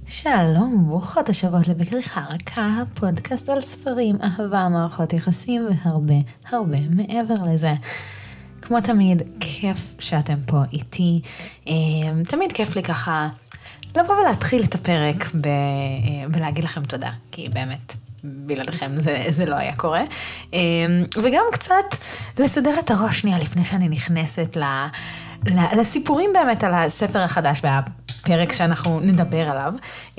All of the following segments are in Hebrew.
שלום, ברוכות השבות לבכריכה רכה, הפודקאסט על ספרים, אהבה, מערכות יחסים והרבה הרבה מעבר לזה. כמו תמיד, כיף שאתם פה איתי. תמיד כיף לי ככה לבוא ולהתחיל את הפרק ולהגיד לכם תודה, כי באמת בלעדיכם זה לא היה קורה. וגם קצת לסדר את הראש שנייה לפני שאני נכנסת לסיפורים באמת על הספר החדש והפרק שאנחנו נדבר עליו.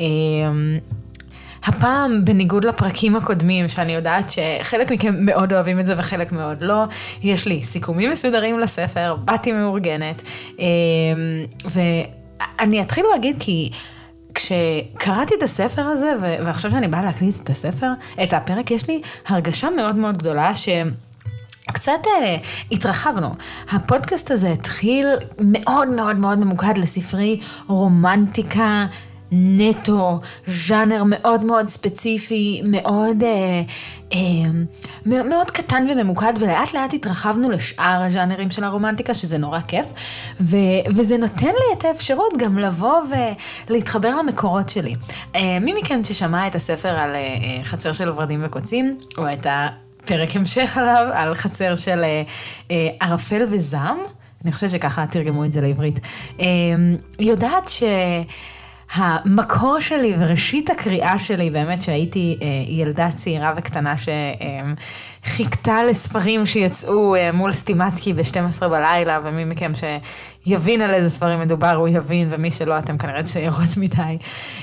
הפעם, בניגוד לפרקים הקודמים, שאני יודעת שחלק מכם מאוד אוהבים את זה וחלק מאוד לא, יש לי סיכומים מסודרים לספר, באתי מאורגנת, ואני אתחיל להגיד כי כשקראתי את הספר הזה, ועכשיו שאני באה להקליט את הספר, את הפרק, יש לי הרגשה מאוד מאוד גדולה קצת התרחבנו. הפודקאסט הזה התחיל מאוד מאוד מאוד ממוקד לספרי רומנטיקה נטו, ז'אנר מאוד מאוד ספציפי, מאוד קטן וממוקד, ולאט לאט התרחבנו לשאר הז'אנרים של הרומנטיקה, שזה נורא כיף, וזה נותן לי את האפשרות גם לבוא ולהתחבר למקורות שלי. מי מכן ששמע את הספר על חצר של ורדים וקוצים, או את פרק המשך עליו, על חצר של ערפל וזעם, אני חושבת שככה תרגמו את זה לעברית, יודעת שהמקור שלי וראשית הקריאה שלי, באמת שהייתי ילדה צעירה וקטנה שחיכתה לספרים שיצאו מול סטימצקי ב-12 בלילה, ומי מכם שיבין על איזה ספרים מדובר הוא יבין, ומי שלא אתם כנראה צעירות מדי.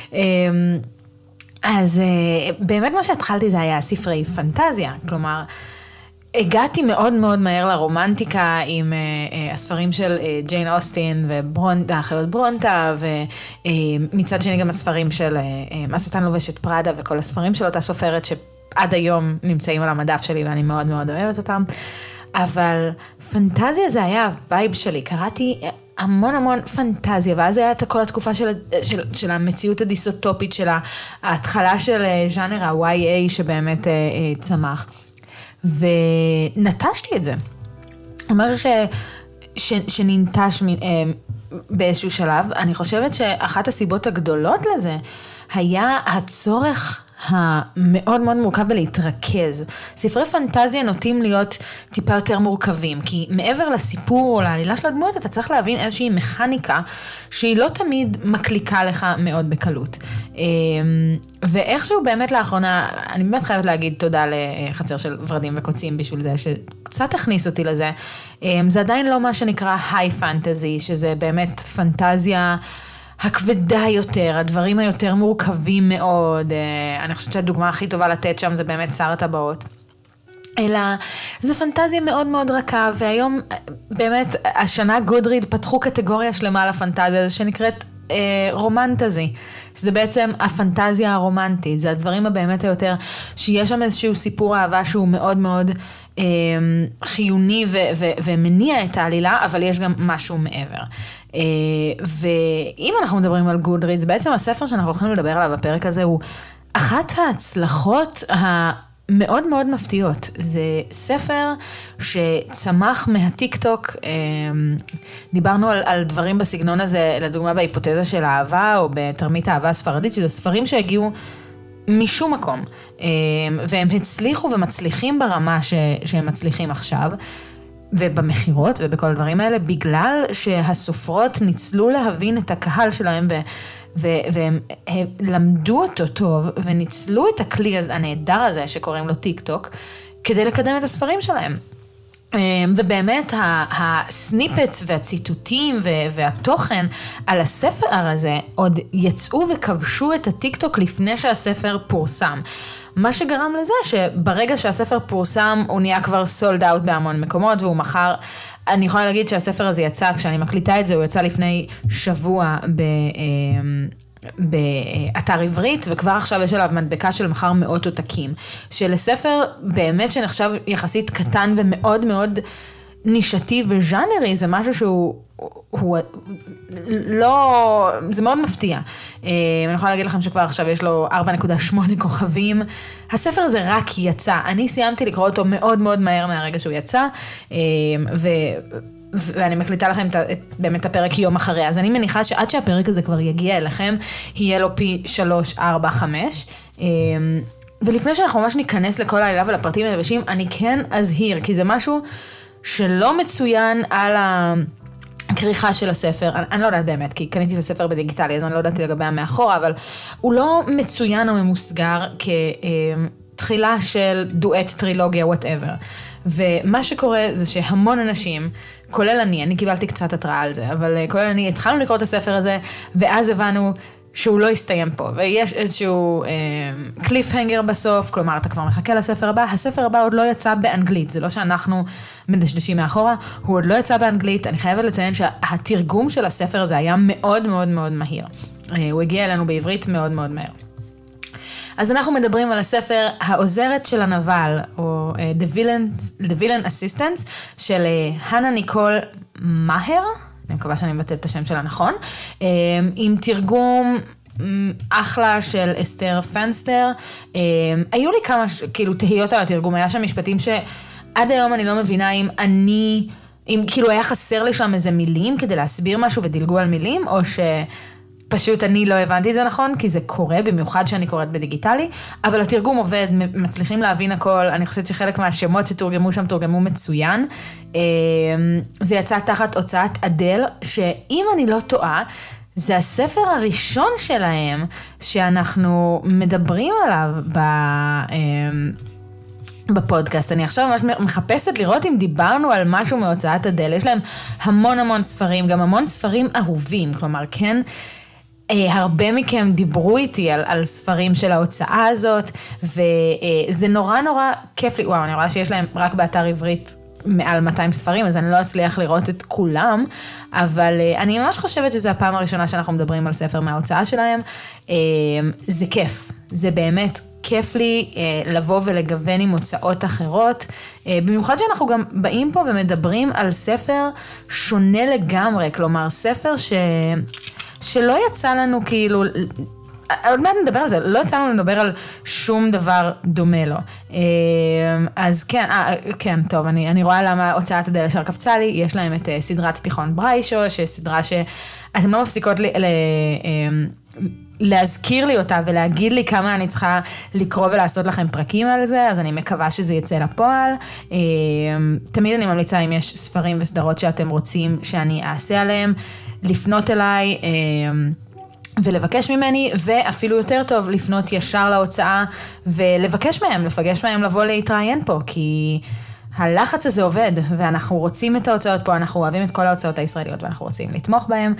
אז באמת מה שהתחלתי זה היה ספרי פנטזיה, כלומר, הגעתי מאוד מאוד מהר לרומנטיקה עם הספרים של ג'יין אוסטין וברונטה, אחיות ברונטה, ומצד שני גם הספרים של השטן לובש את פראדה וכל הספרים של אותה סופרת שעד היום נמצאים על המדף שלי ואני מאוד מאוד אוהבת אותם, אבל פנטזיה זה היה הווייב שלי, קראתי המון המון פנטזיה, ואז היה את כל התקופה של המציאות הדיסוטופית, של ההתחלה של ז'אנר ה-YA שבאמת צמח. ונטשתי את זה. משהו שננטש באיזשהו שלב. אני חושבת שאחת הסיבות הגדולות לזה היה הצורך המאוד מאוד מורכב בלהתרכז. ספרי פנטזיה נוטים להיות טיפה יותר מורכבים, כי מעבר לסיפור או לעלילה של הדמות, אתה צריך להבין איזושהי מכניקה שהיא לא תמיד מקליקה לך מאוד בקלות. ואיכשהו באמת לאחרונה, אני באמת חייבת להגיד תודה לחצר של ורדים וקוצים בשביל זה, שקצת הכניס אותי לזה. זה עדיין לא מה שנקרא היי פנטזי, שזה באמת פנטזיה הכבדה יותר, הדברים היותר מורכבים מאוד, אני חושבת שהדוגמה הכי טובה לתת שם זה באמת שר הטבעות. אלא זו פנטזיה מאוד מאוד רכה, והיום באמת השנה גודריד פתחו קטגוריה שלמה לפנטזיה שנקראת רומנטזי, שזה בעצם הפנטזיה הרומנטית, זה הדברים הבאמת היותר, שיש שם איזשהו סיפור אהבה שהוא מאוד מאוד חיוני ומניע את העלילה, אבל יש גם משהו מעבר. ואם אנחנו מדברים על גודרידס, בעצם הספר שאנחנו הולכים לדבר עליו בפרק הזה הוא אחת ההצלחות המאוד מאוד מפתיעות. זה ספר שצמח מהטיק-טוק, דיברנו על דברים בסגנון הזה, לדוגמה בהיפותזה של האהבה, או בתרמית האהבה הספרדית, שזה ספרים שהגיעו משום מקום, והם הצליחו ומצליחים ברמה שהם מצליחים עכשיו, ובמחירות ובכל הדברים האלה, בגלל שהסופרות ניצלו להבין את הקהל שלהם, והם למדו אותו טוב, וניצלו את הכלי הנהדר הזה שקוראים לו טיק טוק, כדי לקדם את הספרים שלהם. ובאמת הסניפטס והציטוטים והתוכן על הספר הזה עוד יצאו וכבשו את הטיק טוק לפני שהספר פורסם. מה שגרם לזה שברגע שהספר פורסם הוא נהיה כבר סולד אאוט בהמון מקומות, והוא מחר, אני יכולה להגיד שהספר הזה יצא, כשאני מקליטה את זה, הוא יצא לפני שבוע באתר עברית, וכבר עכשיו יש עליו מדבקה של מחר מאות עותקים, שלספר באמת שנחשב יחסית קטן ומאוד מאוד נישתי וז'אנרי, זה משהו שהוא לא, זה מאוד מפתיע. אני יכולה להגיד לכם שכבר עכשיו יש לו 4.8 כוכבים. הספר הזה רק יצא. אני סיימתי לקרוא אותו מאוד מאוד מהר מהרגע שהוא יצא, ואני מקליטה לכם באמת הפרק יום אחרי, אז אני מניחה שעד שהפרק הזה כבר יגיע אליכם, יהיה לו פי 3, 4, 5, ולפני שאנחנו ממש ניכנס לכל העלילה ולפרטים היבשים, אני כן אזהיר, כי זה משהו שלא מצוין על הכריכה של הספר, אני לא יודעת באמת, כי קניתי את הספר בדיגיטלי, אז אני לא יודעת לגבי מאחורה, אבל הוא לא מצוין או ממוסגר כתחילה של דואט, טרילוגיה, whatever. ומה שקורה זה שהמון אנשים, כולל אני קיבלתי קצת התראה על זה, אבל כולל אני, התחלנו לקרוא את הספר הזה, ואז הבנו שהוא לא יסתיים פה, ויש איזשהו קליפהנגר בסוף, כלומר אתה כבר מחכה לספר הבא, הספר הבא עוד לא יצא באנגלית, זה לא שאנחנו מדשדשים מאחורה, הוא עוד לא יצא באנגלית, אני חייבת לציין שהתרגום של הספר הזה היה מאוד מאוד מאוד מהיר, הוא הגיע אלינו בעברית מאוד מאוד מהר. אז אנחנו מדברים על הספר העוזרת של הנבל, או The Villain Assistants, של הנה ניקול מאהר, אני מקווה שאני מבטאת את השם שלה נכון, עם תרגום אחלה של אסתר פנסטר. היו לי כמה כאילו תהיות על התרגום, היה שם משפטים שעד היום אני לא מבינה אם כאילו היה חסר לי שם איזה מילים כדי להסביר משהו ודילגו על מילים, או פשוט אני לא הבנתי את זה נכון, כי זה קורה, במיוחד שאני קוראת בדיגיטלי, אבל התרגום עובד, מצליחים להבין הכל, אני חושבת שחלק מהשמות שתורגמו שם, תורגמו מצוין. זה יצא תחת הוצאת אדל, שאם אני לא טועה, זה הספר הראשון שלהם, שאנחנו מדברים עליו בפודקאסט. אני עכשיו ממש מחפשת לראות אם דיברנו על משהו מהוצאת אדל, יש להם המון המון ספרים, גם המון ספרים אהובים, כלומר כן, הרבה מכם דיברו איתי על ספרים של ההוצאה הזאת, וזה נורא נורא כיף לי, וואו, אני רואה שיש להם רק באתר עברית מעל 200 ספרים, אז אני לא אצליח לראות את כולם, אבל אני ממש חושבת שזו הפעם הראשונה שאנחנו מדברים על ספר מההוצאה שלהם, זה כיף, זה באמת כיף לי לבוא ולגוון עם הוצאות אחרות, במיוחד שאנחנו גם באים פה ומדברים על ספר שונה לגמרי, כלומר ספר שלא יצא לנו כאילו, עוד מעט נדבר על זה, לא יצא לנו לדבר על שום דבר דומה לו. אז כן, טוב, אני רואה למה הוצאת אדל ישר קפצה לי, יש להם את סדרת תיכון בריישו, שסדרה שאתם לא מפסיקות להזכיר לי אותה ולהגיד לי כמה אני צריכה לקרוא ולעשות לכם פרקים על זה, אז אני מקווה שזה יצא לפועל. תמיד אני ממליצה אם יש ספרים וסדרות שאתם רוצים שאני אעשה עליהם, לפנות אליי ולבקש ממני, ואפילו יותר טוב לפנות ישר להוצאה ולבקש מהם, לפגש מהם לבוא להתראיין פה, כי הלחץ הזה עובד, ואנחנו רוצים את ההוצאות פה, אנחנו אוהבים את כל ההוצאות הישראליות, ואנחנו רוצים לתמוך בהם,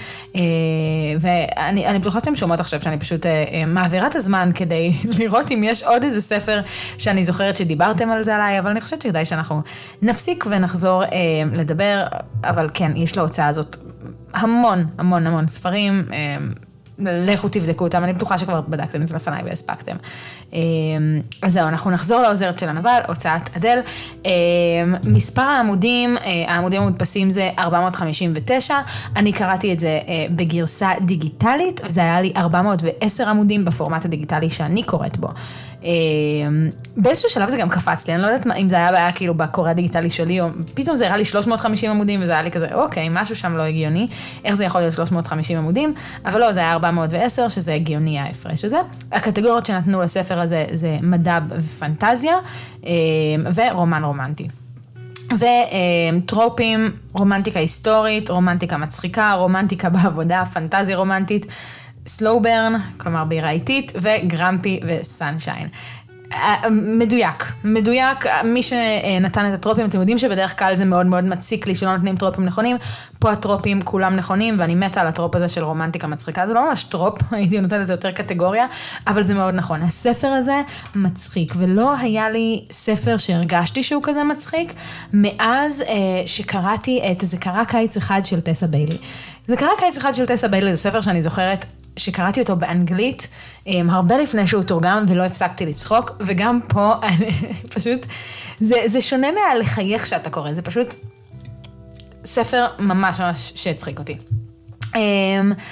ואני בטוחה שאתם שומעות עכשיו שאני פשוט מעבירה את הזמן כדי לראות אם יש עוד איזה ספר שאני זוכרת שדיברתם על זה עליי, אבל אני חושבת שכדאי שאנחנו נפסיק ונחזור לדבר, אבל כן, יש להוצאה הזאת המון, המון, המון ספרים, לכו תבדקו אותם, אני בטוחה שכבר בדקתם את זה לפניי והספקתם. אז זהו, אנחנו נחזור לעוזרת של הנבל, הוצאת אדל. מספר העמודים המודפסים זה 459, אני קראתי את זה בגרסה דיגיטלית, וזה היה לי 410 עמודים בפורמט הדיגיטלי שאני קוראת בו. באיזשהו שלב זה גם קפץ לי, אני לא יודעת אם זה היה בעיה כאילו בקורא הדיגיטלי שלי, או פתאום זה הראה לי 350 עמודים, וזה היה לי כזה, אוקיי, משהו שם לא הגיוני, איך זה יכול להיות 350 עמודים, אבל לא, זה היה 410, שזה הגיוני ההפרש הזה. הקטגוריות שנתנו לספר הזה, זה מדע ופנטזיה, ורומן רומנטי. וטרופים, רומנטיקה היסטורית, רומנטיקה מצחיקה, רומנטיקה בעבודה, פנטזיה רומנטית, סלואו ברן, כלומר בירה איטית, וגרמפי וסנשיין. מדויק, מי שנתן את הטרופים, אתם יודעים שבדרך כלל זה מאוד מאוד מציק לי שלא נותנים טרופים נכונים, פה הטרופים כולם נכונים, ואני מתה על הטרופ הזה של רומנטיקה מצחיקה, זה לא ממש טרופ, הייתי נותנת לזה יותר קטגוריה, אבל זה מאוד נכון. הספר הזה מצחיק, ולא היה לי ספר שהרגשתי שהוא כזה מצחיק, מאז שקראתי זה קרה קיץ אחד של טסה ביילי. זה קרה קיץ אחד של טסה ביילי, זה ספר שאני זוכרת שקראתי אותו באנגלית, הרבה לפני שהוא תורגם, ולא הפסקתי לצחוק, וגם פה, פשוט, זה שונה מהלחייך שאתה קורא, זה פשוט ספר ממש ממש שהצחיק אותי.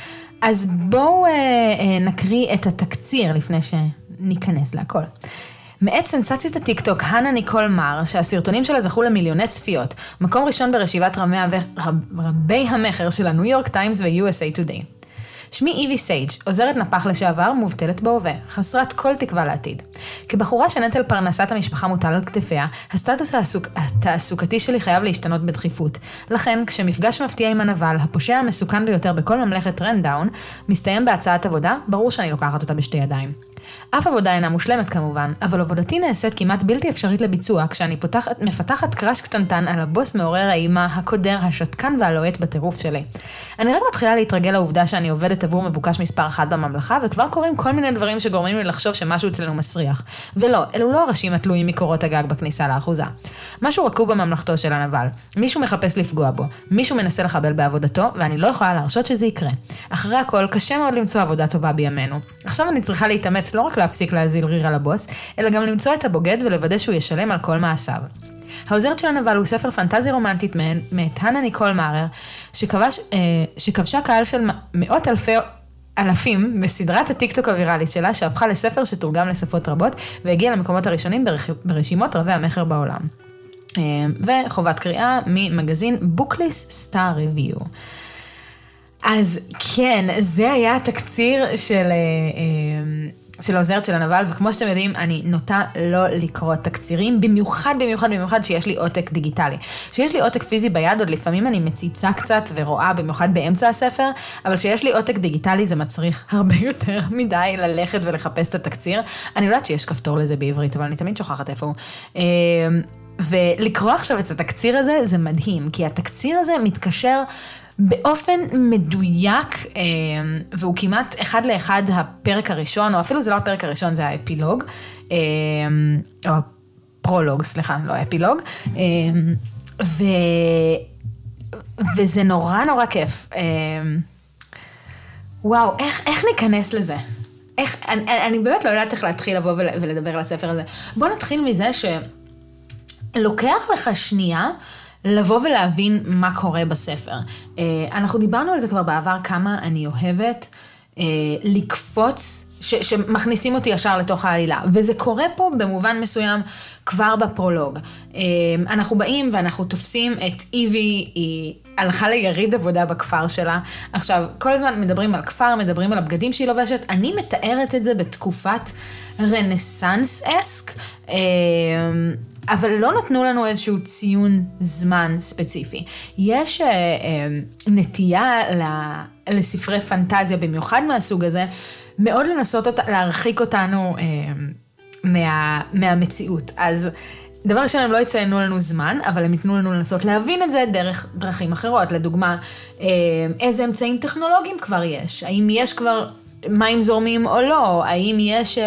אז בואו נקריא את התקציר לפני שניכנס להכל. מאת סנסציית הטיקטוק, הנה ניקול מר, שהסרטונים שלה זכו למיליוני צפיות, מקום ראשון ברשיבת רבי המחר של הניו יורק טיימס ו-USA Today. שמי איבי סייג', עוזרת נפח לשעבר, מובטלת בהווה, חסרת כל תקווה לעתיד. כבחורה שנטל פרנסת המשפחה מוטל על כתפיה, הסטטוס התעסוקתי שלי חייב להשתנות בדחיפות. לכן, כשמפגש מפתיע עם הנבל, הפושע המסוכן ביותר בכל ממלכת רנדאון, מסתיים בהצעת עבודה, ברור שאני לוקחת אותה בשתי ידיים. אף עבודה אינה מושלמת כמובן, אבל עבודתי נעשית כמעט בלתי אפשרית לביצוע, כשאני מפתחת קראש קטנטן על הבוס מעורר האימה, הקודר, השתקן והלוהט בטירוף שלי. אני רק מתחילה להתרגל לעובדה שאני עובדת עבור מבוקש מספר 1 בממלכה, וכבר קורים כל מיני דברים שגורמים לי לחשוב שמשהו אצלנו מסריח. ולא, אלו לא הראשים התלויים מקורות הגג בכניסה לאחוזה. משהו רקוב בממלכתו של הנבל. מישהו מחפש לפגוע בו, מישהו מנסה לחבל בעבודתו, ואני לא יכולה להרשות שזה יקרה. אחרי הכל, קשה מאוד למצוא עבודה טובה בימינו. עכשיו אני צריכה להתאמץ לא רק להפסיק להזיל ריר על הבוס, אלא גם למצוא את הבוגד ולוודא שהוא ישלם על כל מעשיו. העוזרת של הנבל הוא ספר פנטזיה רומנטית מאת הנה ניקול מארר, שכבשה קהל של מאות אלפים בסדרת הטיקטוק הווירלית שלה, שהפכה לספר שתורגם לשפות רבות, והגיע למקומות הראשונים ברשימות רבי המחר בעולם. וחובת קריאה ממגזין בוקליס סטאר ריוויו. אז כן, זה היה התקציר של העוזרת של הנבל, וכמו שאתם יודעים, אני נוטה לא לקרוא תקצירים, במיוחד שיש לי עותק דיגיטלי. שיש לי עותק פיזי ביד, עוד לפעמים אני מציצה קצת ורואה, במיוחד באמצע הספר, אבל שיש לי עותק דיגיטלי זה מצריך הרבה יותר מדי ללכת ולחפש את התקציר. אני יודעת שיש כפתור לזה בעברית, אבל אני תמיד שוכחת איפה הוא. ולקרוא עכשיו את התקציר הזה, זה מדהים, כי התקציר הזה מתקשר באופן מדויק, והוא כמעט אחד לאחד הפרק הראשון, או אפילו זה לא הפרק הראשון, זה האפילוג, או הפרולוג, סליחה, לא האפילוג, וזה נורא כיף. וואו, איך ניכנס לזה? אני באמת לא יודעת איך להתחיל לבוא ולדבר על הספר הזה. בוא נתחיל מזה שלוקח לך שנייה, לבוא ולהבין מה קורה בספר. אנחנו דיברנו על זה כבר בעבר, כמה אני אוהבת לקפוץ, שמכניסים אותי ישר לתוך העלילה, וזה קורה פה במובן מסוים כבר בפרולוג. אנחנו באים ואנחנו תופסים את איבי, היא הלכה ליריד עבודה בכפר שלה. עכשיו, כל הזמן מדברים על כפר, מדברים על הבגדים שהיא לובשת, אני מתארת את זה בתקופת רנסנס-אסק, אבל לא נתנו לנו איזשהו ציון זמן ספציפי. יש נטייה לספרי פנטזיה, במיוחד מהסוג הזה, מאוד לנסות להרחיק אותנו מהמציאות. אז דבר ראשון, הם לא יציינו לנו זמן, אבל הם ייתנו לנו לנסות להבין את זה דרך דרכים אחרות. לדוגמה, איזה אמצעים טכנולוגיים כבר יש? האם יש כבר מים זורמים או לא? האם יש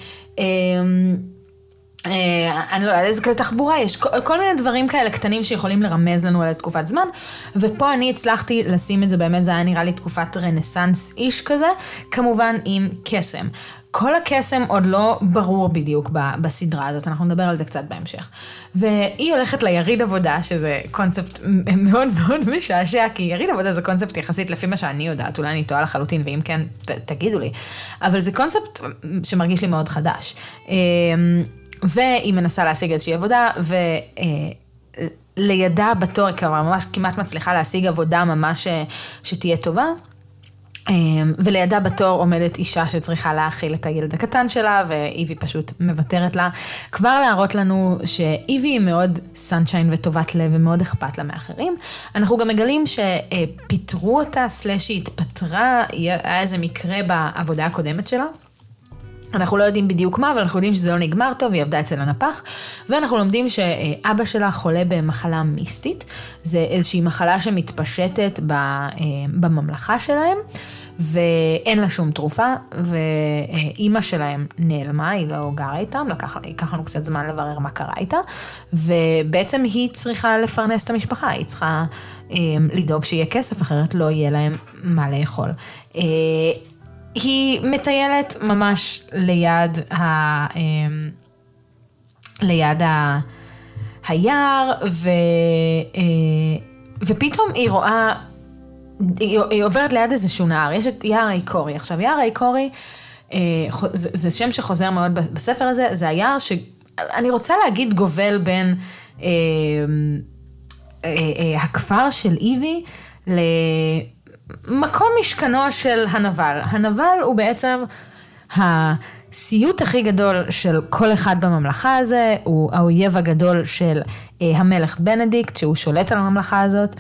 אני לא יודעת, איזה כזה תחבורה, יש כל מיני דברים כאלה קטנים שיכולים לרמז לנו על איזה תקופת זמן, ופה אני הצלחתי לשים את זה, באמת זה היה נראה לי תקופת רנסנס איש כזה, כמובן עם קסם. כל הקסם עוד לא ברור בדיוק בסדרה הזאת, אנחנו נדבר על זה קצת בהמשך. והיא הולכת ליריד עבודה, שזה קונספט מאוד מאוד משעשע, כי יריד עבודה זה קונספט יחסית לפי מה שאני יודעת, אולי אני טועה לחלוטין, ואם כן, תגידו לי. אבל זה קונספט שמרגיש לי מאוד חדש. והיא מנסה להשיג איזושהי עבודה, ולידה בתור, כבר ממש כמעט מצליחה להשיג עבודה ממש שתהיה טובה, ולידה בתור עומדת אישה שצריכה להאכיל את הילד הקטן שלה, ואיבי פשוט מוותרת לה, כבר להראות לנו שאיבי היא מאוד סנשיין וטובת לב, ומאוד אכפת לה מאחרים. אנחנו גם מגלים שפיטרו אותה, סלשי התפטרה, היה איזה מקרה בעבודה הקודמת שלה, אנחנו לא יודעים בדיוק מה, אבל אנחנו יודעים שזה לא נגמר טוב, היא עבדה אצל הנפח, ואנחנו לומדים שאבא שלה חולה במחלה מיסטית, זה איזושהי מחלה שמתפשטת בממלכה שלהם, ואין לה שום תרופה, ואימא שלהם נעלמה, היא לא גרה איתם, לקח לנו קצת זמן לברר מה קרה איתה, ובעצם היא צריכה לפרנס את המשפחה, היא צריכה לדאוג שיהיה כסף, אחרת לא יהיה להם מה לאכול. היא מטיילת ממש ליד היער, ופתאום היא רואה, היא עוברת ליד איזשהו נהר, יש את יער האיקורי. עכשיו, יער האיקורי זה שם שחוזר מאוד בספר הזה, זה היער שאני רוצה להגיד גובל בין הכפר של איבי למקום משכנו של הנבל. הנבל הוא בעצם הסיוט הכי גדול של כל אחד בממלכה הזה, הוא האויב הגדול של המלך בנדיקט, שהוא שולט על הממלכה הזאת,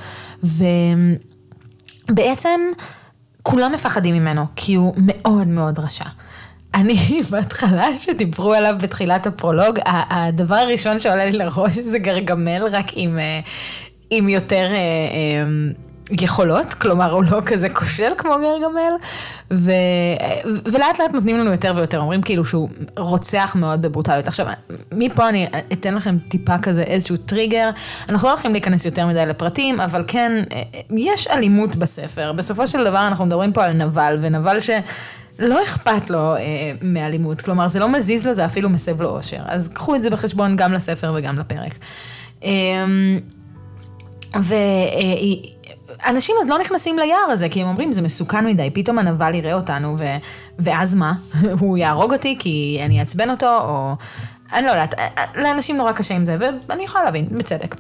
ובעצם כולם מפחדים ממנו, כי הוא מאוד מאוד רשע. אני בהתחלה שדיברו עליו בתחילת הפרולוג, הדבר הראשון שעולה לי לראש זה גרגמל, רק עם יותר יכולות, כלומר הוא לא כזה כושל כמו גרגמל, ולאט לאט נותנים לנו יותר ויותר, אומרים כאילו שהוא רוצח מאוד בברוטליות. עכשיו, מפה אני אתן לכם טיפה כזה איזשהו טריגר, אנחנו לא הולכים להיכנס יותר מדי לפרטים, אבל כן, יש אלימות בספר, בסופו של דבר אנחנו מדברים פה על נבל, ונבל לא אכפת לו מאלימות, כלומר זה לא מזיז לו, זה אפילו מסב לו אושר, אז קחו את זה בחשבון גם לספר וגם לפרק. ואנשים אז לא נכנסים ליער הזה, כי הם אומרים, זה מסוכן מדי, פתאום הנבל יראה אותנו, ואז מה? הוא יהרוג אותי כי אני אעצבן אותו, או אני לא יודעת, לאנשים נורא קשה עם זה, ואני יכולה להבין, בצדק.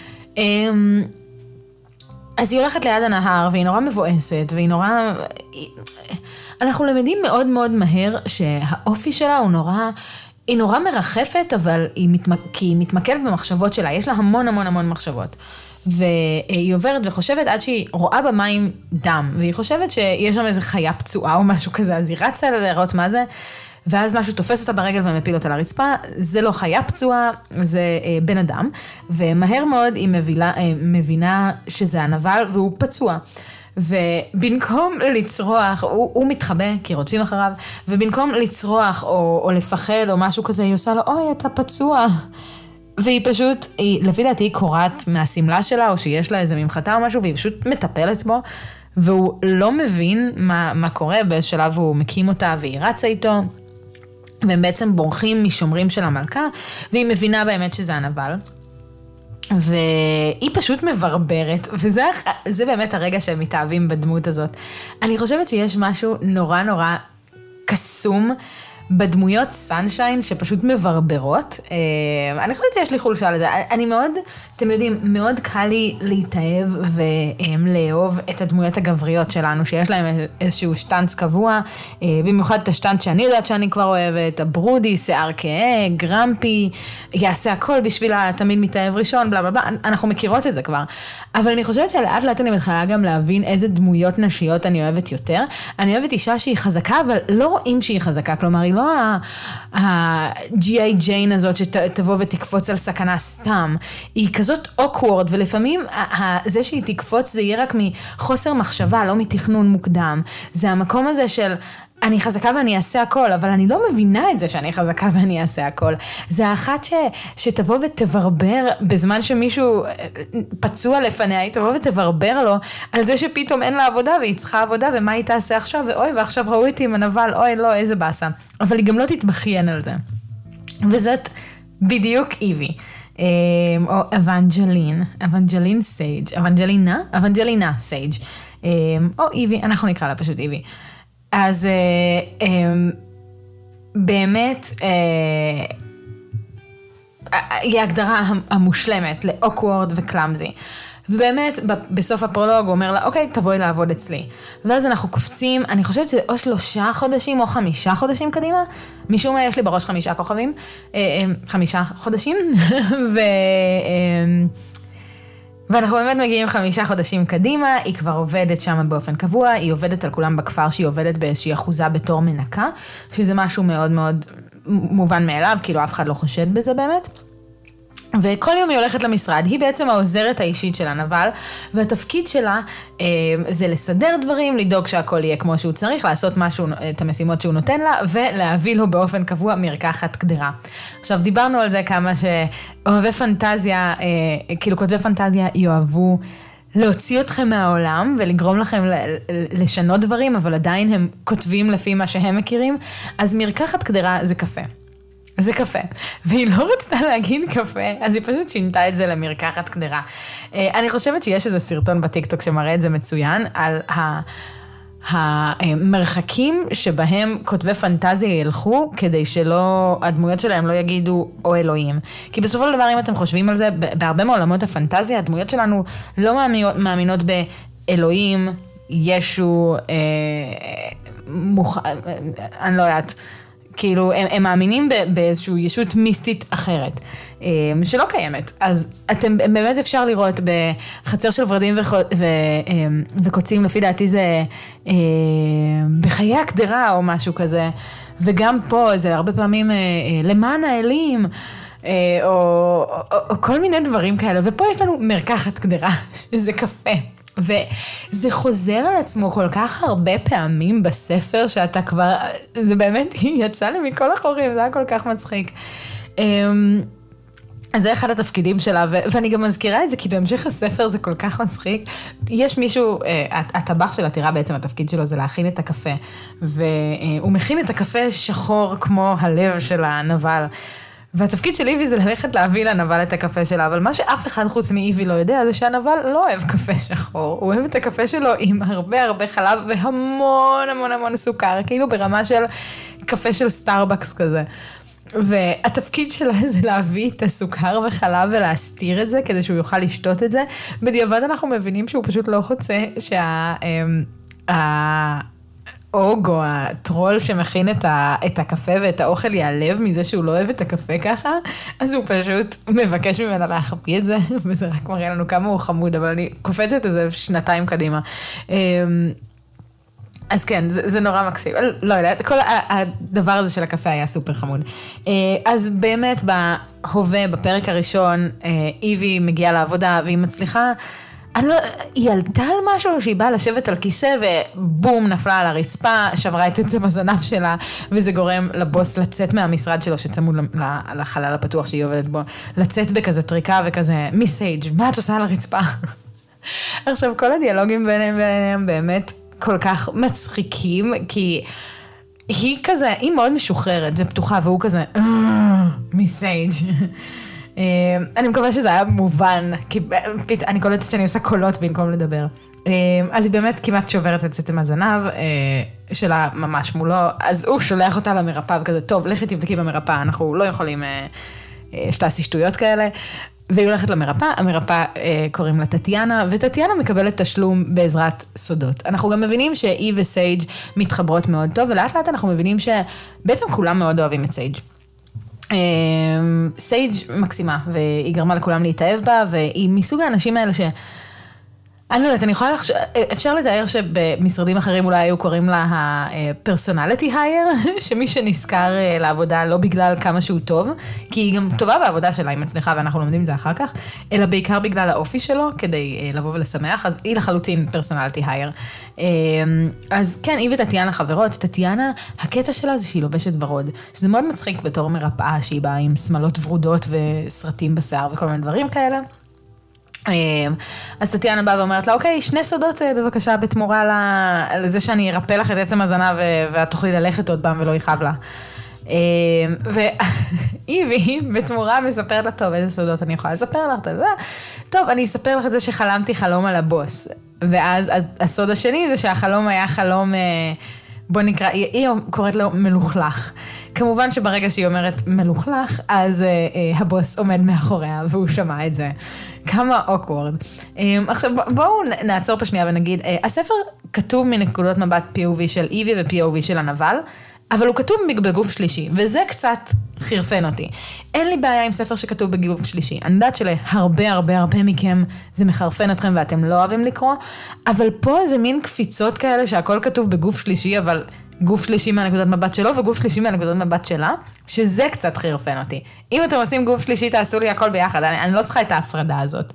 אז היא הולכת ליד הנהר, והיא נורא מבואסת, והיא נורא... אנחנו למדים מאוד מאוד מהר שהאופי שלה הוא נורא... היא נורא מרחפת, אבל כי היא מתמקדת במחשבות שלה, יש לה המון המון המון מחשבות. והיא עוברת וחושבת עד שהיא רואה במים דם, והיא חושבת שיש שם איזו חיה פצועה או משהו כזה, אז היא רצה לראות מה זה, ואז משהו תופס אותה ברגל ומפיל אותה לרצפה, זה לא חיה פצועה, זה בן אדם, ומהר מאוד היא מבינה שזה הנבל והוא פצוע. ובמקום לצרוח, הוא מתחבא, כי רודפים אחריו, ובמקום לצרוח או לפחד או משהו כזה, היא עושה לו, אוי, אתה פצוע. והיא פשוט, לפי דעתי, היא קוראת מהסמלה שלה, או שיש לה איזה ממחטה או משהו, והיא פשוט מטפלת בו, והוא לא מבין מה קורה, באיזה שלב הוא מקים אותה, והיא רצה איתו, והם בעצם בורחים משומרים של המלכה, והיא מבינה באמת שזה הנבל. והיא פשוט מברברת, וזה באמת הרגע שהם מתאהבים בדמות הזאת. אני חושבת שיש משהו נורא נורא קסום, בדמויות סנשיין שפשוט מברברות. אני חושבת שיש לי חולשה לזה. אני מאוד, אתם יודעים, מאוד קל לי להתאהב ולאהוב את הדמויות הגבריות שלנו, שיש להם איזשהו שטנץ קבוע, במיוחד את השטנץ שאני יודעת שאני כבר אוהבת, הברודי, שיער כהה, גרמפי, יעשה הכל בשביל התמיד מתאהב ראשון, בלה בלה בלה, אנחנו מכירות את זה כבר. אבל אני חושבת שלאט לאט אני מתחילה גם להבין איזה דמויות נשיות אני אוהבת יותר. אני אוהבת אישה שהיא חזקה, אבל לא רואים שהיא חזקה, כלומר, היא לא ה-G.I. Jane הזאת שתבוא ותקפוץ על סכנה סתם. היא כזאת awkward, ולפעמים זה שהיא תקפוץ זה יהיה רק מחוסר מחשבה, לא מתכנון מוקדם. זה המקום הזה של... אני חזקה ואני אעשה הכל, אבל אני לא מבינה את זה שאני חזקה ואני אעשה הכל. זה האחת שתבוא ותברבר בזמן שמישהו פצוע לפניה, היא תבוא ותברבר לו על זה שפתאום אין לה עבודה והיא צריכה עבודה ומה היא תעשה עכשיו, ואוי, ועכשיו ראו איתי עם הנבל, אוי, לא, איזה באסה. אבל היא גם לא תתבכיין על זה. וזאת בדיוק איבי. או אבנג'לינה סייג', או איבי, אנחנו נקרא לה פשוט איבי. אז באמת היא ההגדרה המושלמת לאוקוורד וקלאמזי. ובאמת בסוף הפרולוג הוא אומר לה, אוקיי, תבואי לעבוד אצלי. ואז אנחנו קופצים, אני חושבת שזה או 3 חודשים או 5 חודשים קדימה, משום מה יש לי בראש 5 כוכבים, 5 חודשים, ואנחנו באמת מגיעים 5 חודשים קדימה, היא כבר עובדת שם באופן קבוע, היא עובדת על כולם בכפר שהיא עובדת באיזושהי אחוזה בתור מנקה, שזה משהו מאוד מאוד מובן מאליו, כאילו אף אחד לא חושד בזה באמת. וכל יום היא הולכת למשרד, היא בעצם העוזרת האישית של הנבל, והתפקיד שלה זה לסדר דברים, לדאוג שהכל יהיה כמו שהוא צריך, לעשות משהו, את המשימות שהוא נותן לה, ולהביא לו באופן קבוע מרקחת קדרה. עכשיו, דיברנו על זה כמה שאוהבי פנטזיה, כאילו כותבי פנטזיה יאהבו להוציא אתכם מהעולם, ולגרום לכם לשנות דברים, אבל עדיין הם כותבים לפי מה שהם מכירים, אז מרקחת קדרה זה קפה. זה קפה, והיא לא רצתה להגיד קפה, אז היא פשוט שינתה את זה למרקחת קדרה. אני חושבת שיש איזה סרטון בטיקטוק שמראה את זה מצוין, על המרחקים שבהם כותבי פנטזיה ילכו, כדי שלא, הדמויות שלהם לא יגידו או אלוהים. כי בסופו של דבר, אם אתם חושבים על זה, בהרבה מעולמות הפנטזיה, הדמויות שלנו לא מאמינות באלוהים, ישו, אני לא יודעת, כאילו, הם מאמינים באיזושהי ישות מיסטית אחרת, שלא קיימת. אז אתם באמת אפשר לראות בחצר של ורדים וקוצים, לפי דעתי זה בחיי הקדרה או משהו כזה, וגם פה זה הרבה פעמים למען האלים, או כל מיני דברים כאלה, ופה יש לנו מרקחת קדרה, שזה קפה. וזה חוזר על עצמו כל כך הרבה פעמים בספר, שאתה כבר, זה באמת יצא לי מכל החורים, זה היה כל כך מצחיק. אז זה אחד התפקידים שלה, ואני גם מזכירה את זה, כי בהמשך הספר זה כל כך מצחיק. יש מישהו, הטבח של הטירה בעצם, התפקיד שלו זה להכין את הקפה, והוא מכין את הקפה שחור כמו הלב של הנבל. והתפקיד של איבי זה ללכת להביא לנבל את הקפה שלה, אבל מה שאף אחד חוץ מאיבי לא יודע, זה שהנבל לא אוהב קפה שחור, הוא אוהב את הקפה שלו עם הרבה הרבה חלב, והמון המון המון סוכר, כאילו ברמה של קפה של סטארבקס כזה. והתפקיד שלה זה להביא את הסוכר וחלב ולהסתיר את זה, כדי שהוא יוכל לשתות את זה. בדיעבד אנחנו מבינים שהוא פשוט לא רוצה אוג או הטרול שמכין את הקפה ואת האוכל ייעלב מזה שהוא לא אוהב את הקפה ככה, אז הוא פשוט מבקש ממנה להחביא את זה, וזה רק מראה לנו כמה הוא חמוד, אבל אני קופצת את זה שנתיים קדימה. אז כן, זה נורא מקסים. לא יודעת, כל הדבר הזה של הקפה היה סופר חמוד. אז באמת בהווה, בפרק הראשון, איבי מגיעה לעבודה והיא מצליחה, היא עלתה על משהו שהיא באה לשבת על כיסא ובום נפלה על הרצפה, שברה את עצם הזנב שלה, וזה גורם לבוס לצאת מהמשרד שלו שצמוד לחלל הפתוח שהיא עובדת בו, לצאת בכזה טריקה וכזה, מיס סייג', מה את עושה על הרצפה? עכשיו כל הדיאלוגים ביניהם באמת כל כך מצחיקים, כי היא כזה, היא מאוד משוחררת ופתוחה, והוא כזה, מיס סייג'. אני מקווה שזה היה מובן, כי אני קולטת שאני עושה קולות במקום לדבר. אז היא באמת כמעט שוברת את עצם הזנב שלה ממש מולו, אז הוא שולח אותה למרפאה וכזה, טוב, לכי תבדקי במרפאה, אנחנו לא יכולים שתעשי שטויות כאלה. והיא הולכת למרפאה, המרפאה קוראים לה טטיאנה, וטטיאנה מקבלת תשלום בעזרת סודות. אנחנו גם מבינים שהיא וסייג' מתחברות מאוד טוב, ולאט לאט אנחנו מבינים שבעצם כולם מאוד אוהבים את סייג'. סייג' מקסימה, והיא גרמה לכולם להתאהב בה, והיא מסוג האנשים האלה אני לא יודעת, אני יכולה אפשר לתאר שבמשרדים אחרים אולי היו קוראים לה ה-personality hire, שמי שנזכר לעבודה לא בגלל כמה שהוא טוב, כי היא גם טובה בעבודה שלה, היא מצליחה ואנחנו לומדים את זה אחר כך, אלא בעיקר בגלל האופי שלו, כדי לבוא ולשמח, אז היא לחלוטין personality hire. אז כן, היא וטטיאנה חברות, טטיאנה, הקטע שלה זה שהיא לובשת ורוד, שזה מאוד מצחיק בתור מרפאה, שהיא באה עם שמלות ורודות וסרטים בשיער וכל מיני דברים כאלה. אז טטיאנה באה ואומרת לה, אוקיי, 2 סודות בבקשה בתמורה לזה שאני ארפא לך את עצם הזנב ואת תוכלי ללכת עוד פעם ולא יכאב לה. ואיבי בתמורה מספרת לה, טוב, איזה סודות אני יכולה לספר לך? טוב, אני אספר לך את זה שחלמתי חלום על הבוס. ואז הסוד השני זה שהחלום היה חלום, בוא נקרא, היא קוראת לו מלוכלך. כמובן שברגע שהיא אומרת מלוכלך, אז הבוס עומד מאחוריה והוא שמע את זה. כמה awkward. עכשיו בואו נעצור פה שנייה ונגיד, הספר כתוב מנקודות מבט POV של איבי ו-POV של הנבל, אבל הוא כתוב בגוף שלישי, וזה קצת חרפן אותי. אין לי בעיה עם ספר שכתוב בגוף שלישי. אני יודעת שלהרבה הרבה הרבה מכם זה מחרפן אתכם ואתם לא אוהבים לקרוא, אבל פה זה מין קפיצות כאלה שהכל כתוב בגוף שלישי, אבל גוף שלישי מהנקודת מבט שלו וגוף שלישי מהנקודת מבט שלה, שזה קצת חרפן אותי. אם אתם עושים גוף שלישי, תעשו לי הכל ביחד, אני לא צריכה את ההפרדה הזאת.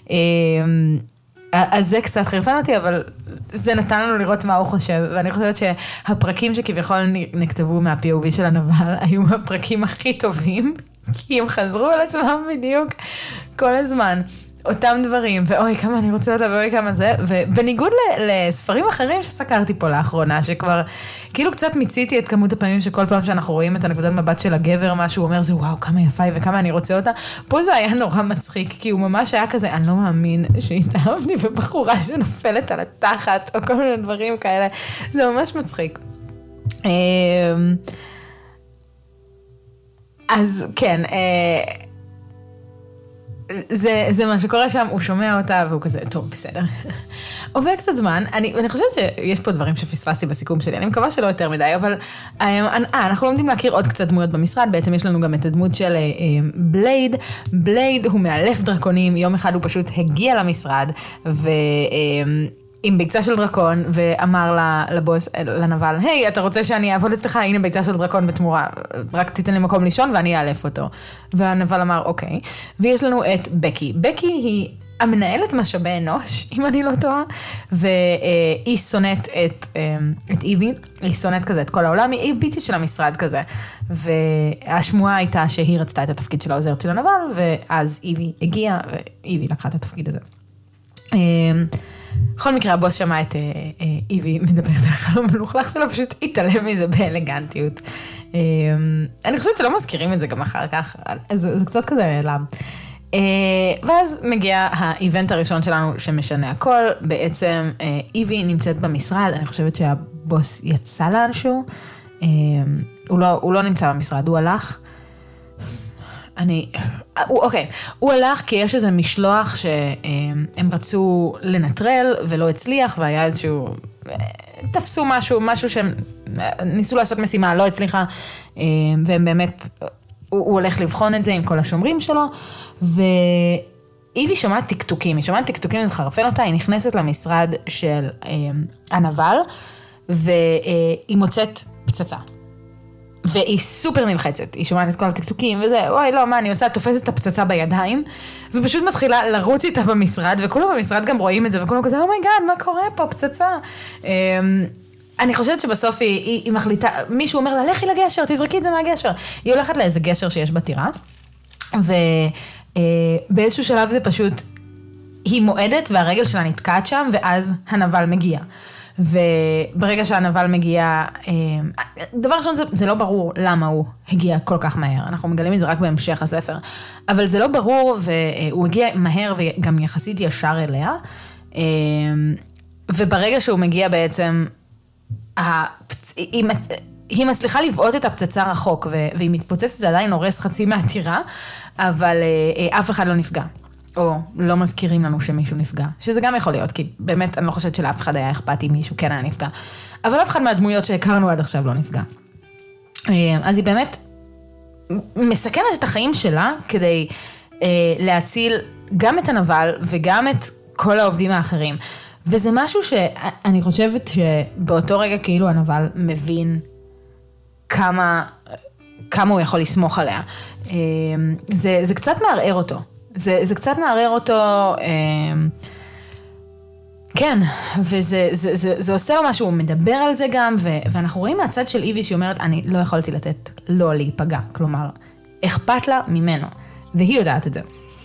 אז זה קצת חרפן אותי, אבל זה נתן לנו לראות מה הוא חושב, ואני חושבת שהפרקים שכביכול נכתבו מה-POV של הנבל, היו הפרקים הכי טובים, כי הם חזרו על עצמם בדיוק כל הזמן. אותם דברים, ואוי כמה אני רוצה אותה, ואוי כמה זה, ובניגוד לספרים אחרים שסקרתי פה לאחרונה, שכבר כאילו קצת מיציתי את כמות הפעמים שכל פעם שאנחנו רואים את הנקודת מבט של הגבר, מה שהוא אומר זה וואו כמה יפה היא וכמה אני רוצה אותה, פה זה היה נורא מצחיק, כי הוא ממש היה כזה, אני לא מאמין שהתאהבתי בבחורה שנופלת על התחת, או כל מיני דברים כאלה, זה ממש מצחיק. אז כן, זה מה שקורה שם, הוא שומע אותה והוא כזה, טוב, בסדר. עובר קצת זמן, אני חושבת שיש פה דברים שפספסתי בסיכום שלי, אני מקווה שלא יותר מדי, אבל אנחנו לומדים להכיר עוד קצת דמויות במשרד, בעצם יש לנו גם את הדמות של בלייד, בלייד הוא מאלף דרקונים, יום אחד הוא פשוט הגיע למשרד, עם ביצה של דרקון, ואמר לבוס, לנבל, היי, אתה רוצה שאני אעבוד אצלך? הנה ביצה של דרקון בתמורה, רק תיתן לי מקום לישון ואני אעלף אותו. והנבל אמר, אוקיי. ויש לנו את בקי. בקי היא המנהלת משאבי אנוש, אם אני לא טועה, והיא שונאת את איבי, היא שונאת כזה את כל העולם, היא ביצ'ית של המשרד כזה. והשמועה הייתה שהיא רצתה את התפקיד של העוזרת של הנבל, ואז איבי הגיעה, ואיבי לקחה את התפקיד הזה. בכל מקרה, הבוס שמע את איבי מדברת על החלום המלוכלך שלו, פשוט התעלם מזה באלגנטיות. אני חושבת שלא מזכירים את זה גם אחר כך, זה קצת כזה נעלם. ואז מגיע האיבנט הראשון שלנו שמשנה הכל, בעצם איבי נמצאת במשרד, אני חושבת שהבוס יצא לאנשהו, הוא לא נמצא במשרד, הוא הלך, אוקיי, הוא הלך כי יש איזה משלוח שהם רצו לנטרל ולא הצליח, והיה איזשהו, תפסו משהו שהם ניסו לעשות משימה, לא הצליחה, והם באמת, הוא הולך לבחון את זה עם כל השומרים שלו, ואיבי שומעת טקטוקים, היא שומעת טקטוקים, זה חרפן אותה, היא נכנסת למשרד של הנבל, והיא מוצאת פצצה. והיא סופר נלחצת, היא שומעת את כל הטקטוקים וזה, אוי לא, מה אני עושה, תופסת את הפצצה בידיים, ופשוט מתחילה לרוץ איתה במשרד, וכולם במשרד גם רואים את זה, וכולם כזה, אומייגאד, מה קורה פה, פצצה? אני חושבת שבסוף היא מחליטה, מישהו אומר לה, לכי לגשר, תזרקי את זה מהגשר. היא הולכת לאיזה גשר שיש בטירה, ובאיזשהו שלב זה פשוט, היא מועדת והרגל שלה נתקעת שם, ואז הנבל מגיע. וברגע שהנבל מגיע, דבר ראשון זה לא ברור למה הוא הגיע כל כך מהר, אנחנו מגלים את זה רק בהמשך הספר, אבל זה לא ברור, והוא הגיע מהר וגם יחסית ישר אליה, וברגע שהוא מגיע בעצם, היא מצליחה לבעוט את הפצצה רחוק, והיא מתפוצצת, זה עדיין הורס חצי מהטירה, אבל אף אחד לא נפגע. או לא מזכירים לנו שמישהו נפגע, שזה גם יכול להיות, כי באמת אני לא חושבת שלאף אחד היה אכפת אם מישהו כן היה נפגע, אבל אף אחד מהדמויות שהכרנו עד עכשיו לא נפגע. אז היא באמת מסכנת את החיים שלה, כדי להציל גם את הנבל, וגם את כל העובדים האחרים, וזה משהו שאני חושבת שבאותו רגע כאילו הנבל מבין כמה הוא יכול לסמוך עליה. זה קצת מערער אותו. זה קצת מערער אותו, כן, וזה עושה לו משהו, הוא מדבר על זה גם, ואנחנו רואים מהצד של איבי שהיא אומרת, אני לא יכולתי לתת לא להיפגע, כלומר, אכפת לה ממנו, והיא יודעת את זה.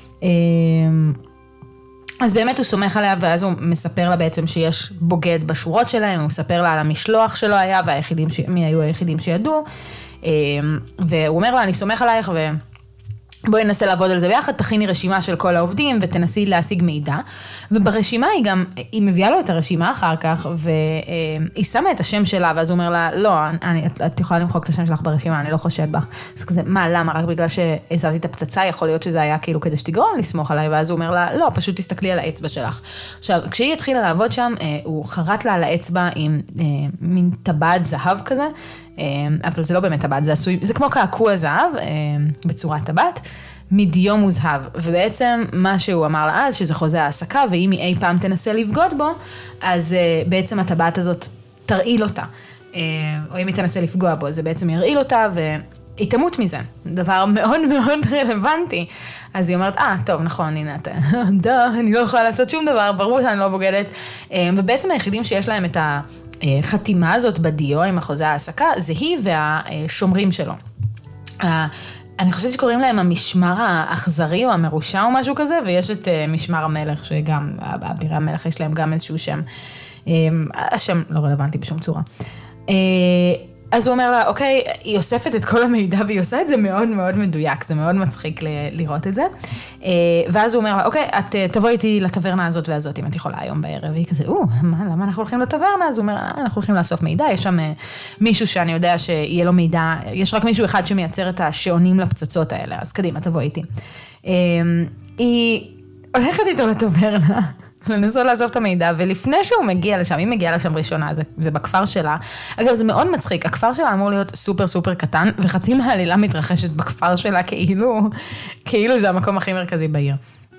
אז באמת הוא סומך עליה, ואז הוא מספר לה בעצם שיש בוגד בשורות שלהם, הוא מספר לה על המשלוח שלו היה, מי היו היחידים שידעו, והוא אומר לה, אני סומך עלייך, בואי ננסה לעבוד על זה ביחד, תכיני רשימה של כל העובדים ותנסי להשיג מידע, וברשימה היא מביאה לו את הרשימה אחר כך, והיא שמה את השם שלה, ואז הוא אומר לה, לא, את יכולה למחוק את השם שלך ברשימה, אני לא חושד בך. אז כזה, מה, למה? רק בגלל שהזרתי את הפצצה, יכול להיות שזה היה כאילו כדי שתגרום לסמוך עליי, ואז הוא אומר לה, לא, פשוט תסתכלי על האצבע שלך. עכשיו, כשהיא התחילה לעבוד שם, הוא חרט לה על האצבע עם מין טבעת זהב כזה, אבל זה לא באמת טבעת, זה כמו קעקוע זהב, בצורת טבעת, מדיו מוזהב, ובעצם מה שהוא אמר לה אז, שזה חוזה העסקה, ואם היא אי פעם תנסה לבגוד בו, אז בעצם הטבעת הזאת תרעיל אותה, או אם היא תנסה לפגוע בו, זה בעצם ירעיל אותה, והיא תמות מזה, דבר מאוד מאוד רלוונטי, אז היא אומרת, טוב, נכון, הנה, אני לא יכולה לעשות שום דבר, ברור שאני לא בוגדת, ובעצם היחידים שיש להם את החתימה הזאת בדיו עם החוזה העסקה, זה היא והשומרים שלו. אני חושבת שקוראים להם המשמר האכזרי או המרושע או משהו כזה, ויש את משמר המלך, שגם, אבירי המלך יש להם גם איזשהו שם. השם לא רלוונטי בשום צורה. אז הוא אומר לה, אוקיי, היא אוספת את כל המידע, והיא עושה את זה מאוד מאוד מדויק, זה מאוד מצחיק לראות את זה. ואז הוא אומר לה, אוקיי, את תבואי איתי לטברנה הזאת והזאת, אם את יכולה היום בערב. והיא כזה, למה אנחנו הולכים לטברנה? אז הוא אומר, אנחנו הולכים לאסוף מידע, יש שם מישהו שאני יודע שיהיה לו מידע, יש רק מישהו אחד שמייצר את השעונים לפצצות האלה, אז קדימה, תבואי איתי. היא הולכת איתו לטברנה, לנסות לאסוף את המידע, ולפני שהוא מגיע לשם, היא מגיעה לשם ראשונה, זה בכפר שלה. אגב, זה מאוד מצחיק, הכפר שלה אמור להיות סופר סופר קטן, וחצי מהעלילה מתרחשת בכפר שלה, כאילו זה המקום הכי מרכזי בעיר.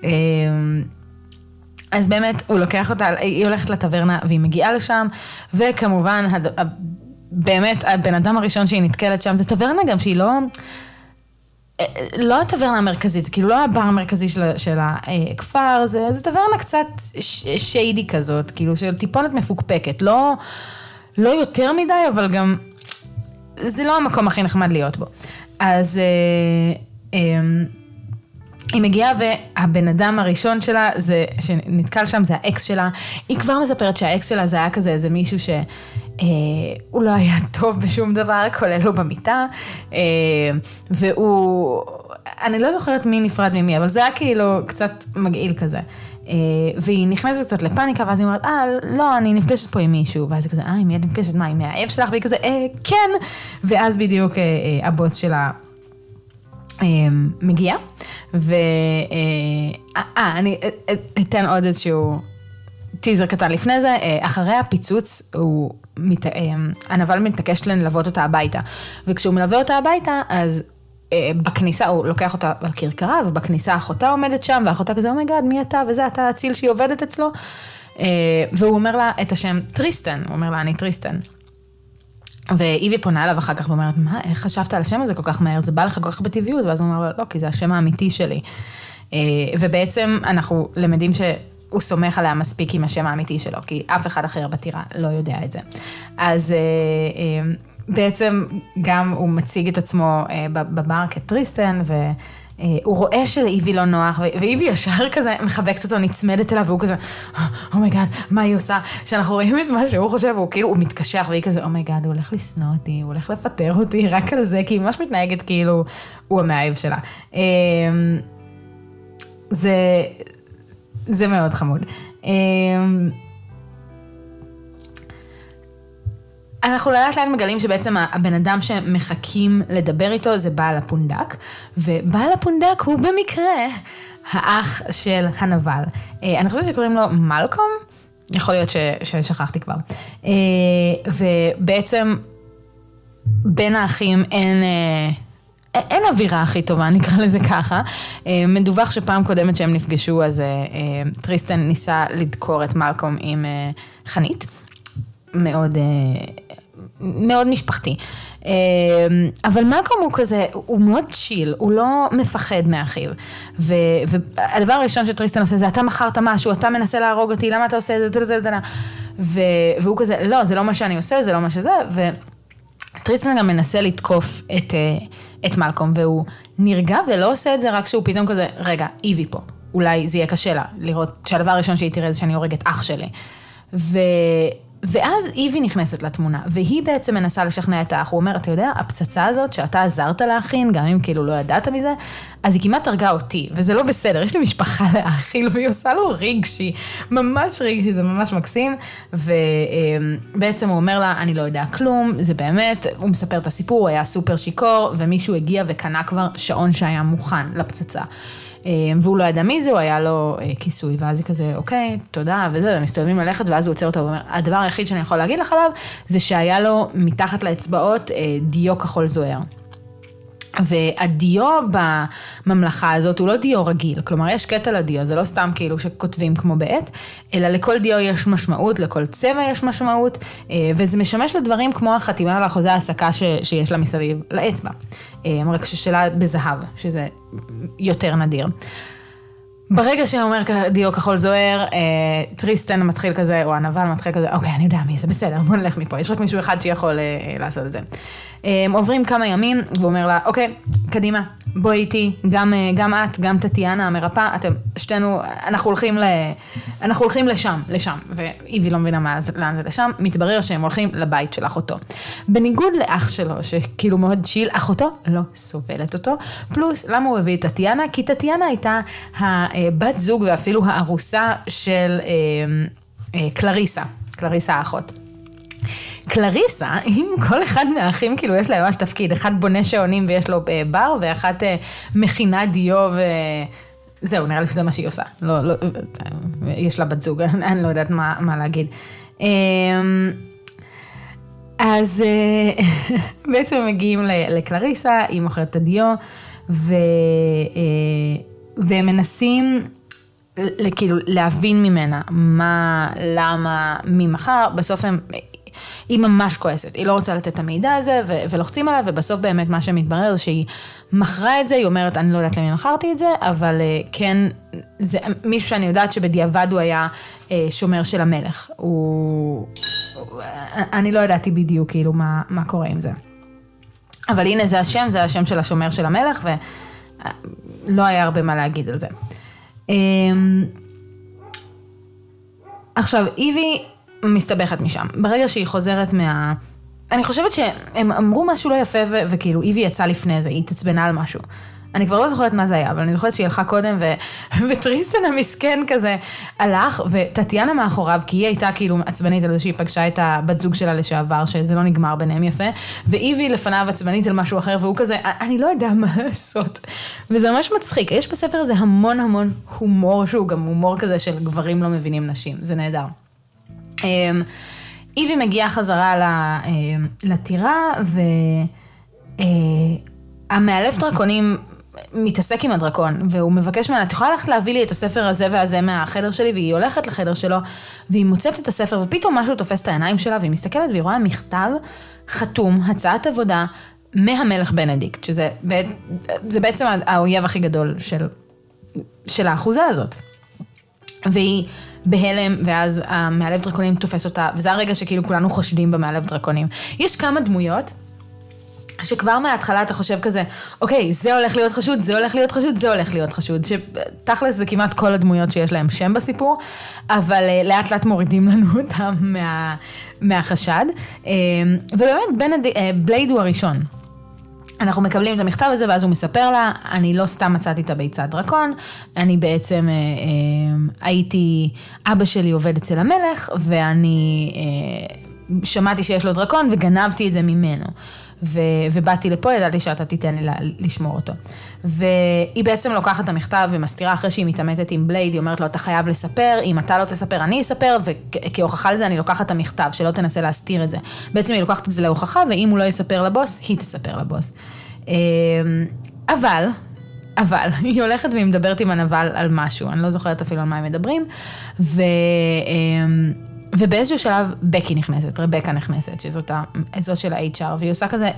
אז באמת, הוא לוקח אותה, היא הולכת לטברנה, והיא מגיעה לשם, וכמובן, באמת, הבן אדם הראשון שהיא נתקלת שם, זה טברנה גם שהיא לא הטברנה המרכזית, זה כאילו לא הבר המרכזי של הכפר, זה טברנה קצת שיידי כזאת, כאילו של טיפונת מפוקפקת, לא יותר מדי, אבל גם זה לא המקום הכי נחמד להיות בו. אז היא מגיעה והבן אדם הראשון שלה, שנתקל שם, זה האקס שלה, היא כבר מספרת שהאקס שלה זה היה כזה, איזה מישהו הוא לא היה טוב בשום דבר, כולל לו במיטה, והוא, אני לא זוכרת מי נפרד ממי, אבל זה היה כאילו קצת מגעיל כזה. והיא נכנסת קצת לפאניקה, ואז היא אומרת, לא, אני נפגשת פה עם מישהו, ואז היא כזה, עם מי את נפגשת? מה, עם האב שלך? והיא כזה, כן! ואז בדיוק הבוס שלה מגיע, אני אתן עוד איזשהו טיזר קטן לפני זה, אחרי הפיצוץ, הנבל מתעקש ללוות אותה הביתה, וכשהוא מלווה אותה הביתה, אז בכניסה, הוא לוקח אותה על כרכרה, ובכניסה אחותה עומדת שם, ואחותה כזה, אומייגאד, מי אתה? וזה, אתה הציל שהיא עובדת אצלו, והוא אומר לה את השם טריסטן, הוא אומר לה, אני טריסטן. ואיבי פונה אליו אחר כך ואומרת, מה, איך חשבת על השם הזה כל כך מהר? זה בא לך כל כך בטבעיות, ואז הוא אומר לו, לא, כי זה השם האמיתי שלי. ובעצם אנחנו למדים שהוא סומך עליה מספיק עם השם האמיתי שלו, כי אף אחד אחר בטירה לא יודע את זה. אז בעצם גם הוא מציג את עצמו בבר כטריסטן, הוא רואה שלאיבי לא נוח, ואיבי ישר כזה מחבקת אותו, נצמדת אליו, והוא כזה, אומייגאד, מה היא עושה? שאנחנו רואים את מה שהוא חושב, והוא כאילו, הוא מתקשח, והיא כזה, אומייגאד, הוא הולך לשנוא אותי, הוא הולך לפטר אותי, רק על זה, כי היא ממש מתנהגת כאילו, הוא המאהב שלה. זה מאוד חמוד. אנחנו לאט לאט מגלים שבעצם הבן אדם שמחכים לדבר איתו זה בעל הפונדק, ובעל הפונדק הוא במקרה האח של הנבל. אני חושבת שקוראים לו מלקום, יכול להיות ששכחתי כבר. ובעצם בין האחים אין אווירה הכי טובה, נקרא לזה ככה. מדווח שפעם קודמת שהם נפגשו, אז טריסטן ניסה לדקור את מלקום עם חנית. מאוד משפחתי. אבל מלקום הוא כזה, הוא מאוד צ'יל, הוא לא מפחד מאחיו. והדבר הראשון שטריסטן עושה זה, אתה מכרת משהו, אתה מנסה להרוג אותי, למה אתה עושה את זה? והוא כזה, לא, זה לא מה שאני עושה, זה לא מה שזה. וטריסטן גם מנסה לתקוף את מלקום, והוא נרגע ולא עושה את זה, רק שהוא פתאום כזה, רגע, איבי פה. אולי זה יהיה קשה לה, לראות שהדבר הראשון שהיא תראה זה שאני הורג את אח שלי. ואז איבי נכנסת לתמונה, והיא בעצם מנסה לשכנע את האח, הוא אומר, אתה יודע, הפצצה הזאת שאתה עזרת להכין, גם אם כאילו לא ידעת מזה, אז היא כמעט הרגה אותי, וזה לא בסדר, יש לי משפחה להאכיל, והיא עושה לו רגשי, ממש רגשי, זה ממש מקסים, ובעצם הוא אומר לה, אני לא יודע כלום, זה באמת, הוא מספר את הסיפור, הוא היה סופר שיקור, ומישהו הגיע וקנה כבר שעון שהיה מוכן לפצצה. והוא לא ידע מי זה, הוא היה לו כיסוי, ואז היא כזה, אוקיי, תודה, וזה, הם מסתובבים ללכת, ואז הוא עוצר אותו, ואומר, הדבר היחיד שאני יכול להגיד לך עליו, זה שהיה לו מתחת לאצבעות דיו כחול זוהר. והדיו בממלכה הזאת הוא לא דיו רגיל, כלומר יש קטע לדיו, זה לא סתם כאילו שכותבים כמו בעת, אלא לכל דיו יש משמעות, לכל צבע יש משמעות, וזה משמש לדברים כמו החתימה על החוזה העסקה שיש לה מסביב לאצבע, רק ששלה בזהב, שזה יותר נדיר. ברגע שאומר דיו כחול זוהר, טריסטן מתחיל כזה, או הנבל מתחיל כזה, אוקיי, אני יודע מי זה, בסדר, בוא נלך מפה, יש רק מישהו אחד שיכול לעשות את זה. עוברים כמה ימים, והוא אומר לה, אוקיי, קדימה, בואי איתי, גם את, גם טטיאנה המרפאה, אתם, שתינו, אנחנו הולכים לשם, ואיבי לא מבינה לאן זה לשם, מתברר שהם הולכים לבית של אחותו. בניגוד לאח שלו, שכאילו מאוד צ'יל, אחותו לא סובלת אותו, פלוס, למה הוא הביא את טטיאנה? כי טטיאנה הייתה הבת זוג ואפילו הארוסה של קלריסה האחות. קלריסה, אם כל אחד מהאחים, כאילו יש לה ממש תפקיד, אחד בונה שעונים ויש לו בר, ואחת מכינה דיו זהו, נראה לי שזה מה שהיא עושה. לא, יש לה בת זוג, אני לא יודעת מה להגיד. אז בעצם מגיעים לקלריסה, היא מוכרת את הדיו, והם מנסים כאילו להבין ממנה מה, למה, מי מחר, בסוף היא ממש כועסת, היא לא רוצה לתת את המידע הזה, ולוחצים עליו, ובסוף באמת מה שמתברר זה שהיא מכרה את זה, היא אומרת, אני לא יודעת למי מכרתי את זה, אבל כן, זה מישהו שאני יודעת שבדיעבד הוא היה שומר של המלך, אני לא ידעתי בדיוק כאילו מה קורה עם זה. אבל הנה זה השם של השומר של המלך, ולא היה הרבה מה להגיד על זה. עכשיו, איבי מסתבכת משם. ברגע שהיא חוזרת אני חושבת שהם אמרו משהו לא יפה, וכאילו איבי יצא לפני זה, היא תצבנה על משהו. אני כבר לא זוכרת מה זה היה, אבל אני זוכרת שהיא הלכה קודם, וטריסטן המסכן כזה הלך, וטטיאנה מאחוריו, כי היא הייתה כאילו עצבנית על זה שהיא פגשה את הבת זוג שלה לשעבר, שזה לא נגמר ביניהם יפה, ואיבי לפניו עצבנית על משהו אחר, והוא כזה, אני לא יודע מה לעשות. וזה ממש מצחיק. יש בספר הזה המון הומור, שהוא גם הומור כזה של גברים לא מבינים נשים. זה נהדר. איבי מגיעה חזרה לטירה, והמאלף דרקונים מתעסק עם הדרקון, והוא מבקש ממנה, את יכולה ללכת להביא לי את הספר הזה והזה מהחדר שלי, והיא הולכת לחדר שלו, והיא מוצאת את הספר, ופתאום משהו תופס את העיניים שלה, והיא מסתכלת והיא רואה מכתב חתום, הצעת עבודה, מהמלך בנדיקט, שזה בעצם האויב הכי גדול של האחוזה הזאת. והיא בהלם, ואז המאלף דרקונים תופס אותה, וזה הרגע שכאילו כולנו חושדים במאלף דרקונים. יש כמה דמויות, שכבר מההתחלה אתה חושב כזה, אוקיי, זה הולך להיות חשוד, זה הולך להיות חשוד, זה הולך להיות חשוד, שתכלס זה כמעט כל הדמויות שיש להם שם בסיפור, אבל לאט לאט מורידים לנו אותם מהחשד, ובאמת בלייד הוא הראשון. אנחנו מקבלים את המכתב הזה, ואז הוא מספר לה, אני לא סתם מצאתי את הביצת דרקון, אני בעצם הייתי, אבא שלי עובד אצל המלך, ואני שמעתי שיש לו דרקון, וגנבתי את זה ממנו. ובאתי לפה, ידעתי שאתה תיתן לי לשמור אותו. והיא בעצם לוקחת את המכתב ומסתירה אחרי שהיא מתעמתת עם בלייד, היא אומרת לו, אתה חייב לספר, אם אתה לא תספר, אני אספר, וכהוכחה לזה אני לוקחת את המכתב, שלא תנסה להסתיר את זה. בעצם היא לוקחת את זה להוכחה, ואם הוא לא יספר לבוס, היא תספר לבוס. אבל, היא הולכת והיא מדברת עם הנבל על משהו, אני לא זוכרת אפילו על מה הם מדברים, ובאיזשהו שלב בקי נכנסת, רבקה נכנסת, שזאת של ה-HR, והיא עושה כזה,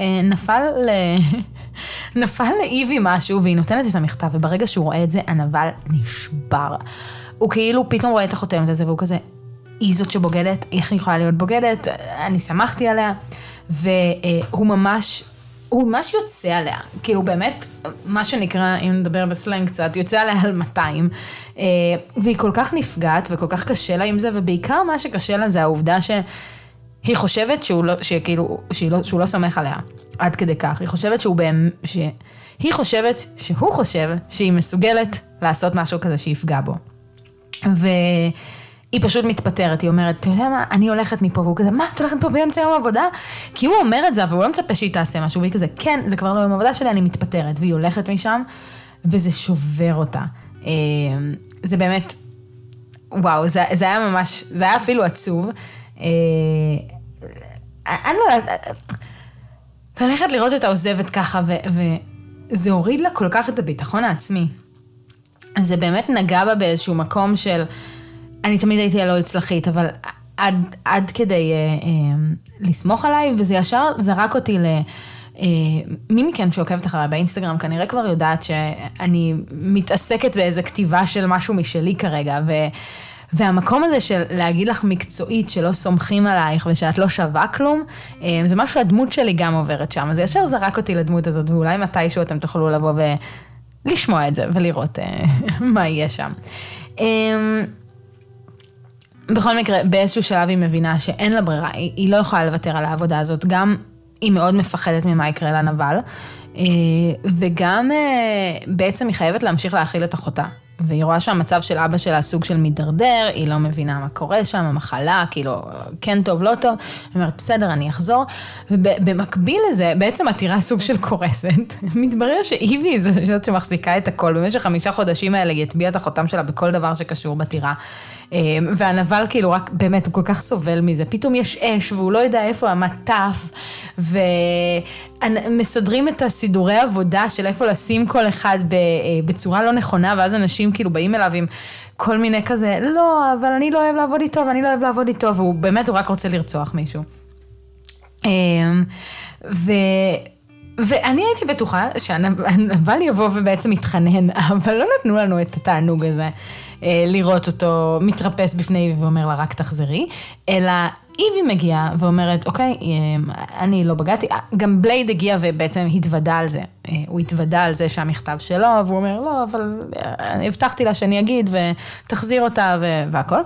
נפל לאיבי משהו, והיא נותנת את המכתב, וברגע שהוא רואה את זה, הנבל נשבר. הוא כאילו פתאום רואה את החותמת הזה, והוא כזה, היא זאת שבוגדת, איך היא יכולה להיות בוגדת, אני שמחתי עליה, והוא ממש יוצא עליה, כאילו באמת, מה שנקרא, אם נדבר בסלנג קצת, יוצא עליה על 200, והיא כל כך נפגעת, וכל כך קשה לה עם זה, ובעיקר מה שקשה לה זה העובדה שהיא חושבת שהוא לא סומך עליה, עד כדי כך, היא חושבת שהוא חושב שהיא מסוגלת לעשות משהו כזה שיפגע בו, היא פשוט מתפטרת, היא אומרת, אתה יודע מה, אני הולכת מפה, והוא כזה, מה, את הולכת פה באמצע יום עבודה? כי הוא אומר את זה, אבל הוא לא מצפה שהיא תעשה משהו, והיא כזה, כן, זה כבר לא יום עבודה שלי, אני מתפטרת, והיא הולכת משם, וזה שובר אותה. זה באמת, וואו, זה היה ממש, זה היה אפילו עצוב. אני לא יודעת, ללכת לראות את העוזבת ככה, וזה הוריד לה כל כך את הביטחון העצמי. זה באמת נגע בה באיזשהו מקום של, אני תמיד הייתי לא הצלחית, אבל עד כדי לסמוך עליי, וזה ישר זרק אותי מי מכן שעוקבת אחריי באינסטגרם כנראה כבר יודעת שאני מתעסקת באיזו כתיבה של משהו משלי כרגע, והמקום הזה של להגיד לך מקצועית שלא סומכים עלייך ושאת לא שווה כלום, זה משהו שהדמות שלי גם עוברת שם, אז ישר זרק אותי לדמות הזאת, ואולי מתישהו אתם תוכלו לבוא ולשמוע את זה ולראות מה יהיה שם. בכל מקרה, באיזשהו שלב היא מבינה שאין לה ברירה, היא לא יכולה לוותר על העבודה הזאת, גם היא מאוד מפחדת ממה יקרה לנבל, וגם בעצם היא חייבת להמשיך להאכיל את אחותה. והיא רואה שהמצב של אבא שלה סוג של מדרדר, היא לא מבינה מה קורה שם, המחלה, כאילו, כן טוב, לא טוב, היא אומרת, בסדר, אני אחזור, ובמקביל לזה, בעצם עתירה סוג של קורסת, מתברר שאיבי היא זאת שמחזיקה את הכל, במשך 5 חודשים האלה היא הטביעה את החותם שלה בכל דבר שקשור בתירה, והנבל כאילו רק, באמת, הוא כל כך סובל מזה, פתאום יש אש, והוא לא יודע איפה המטף, ומסדרים את הסידורי עבודה של איפה לשים כל אחד בצורה לא נכונה, ואז אנשים כאילו באים אליו עם כל מיני כזה, לא, אבל אני לא אוהב לעבוד איתו, ואני לא אוהב לעבוד איתו, והוא באמת, הוא רק רוצה לרצוח מישהו. ואני הייתי בטוחה שהנבל יבוא ובעצם מתחנן, אבל לא נתנו לנו את התענוג הזה, לראות אותו מתרפס בפני איבי ואומר לה רק תחזרי, אלא איבי מגיעה ואומרת, אוקיי, אני לא בגעתי, גם בלייד הגיע ובעצם התוודע על זה, הוא התוודע על זה שהמכתב שלו, והוא אומר, לא, אבל הבטחתי לה שאני אגיד ותחזיר אותה והכל.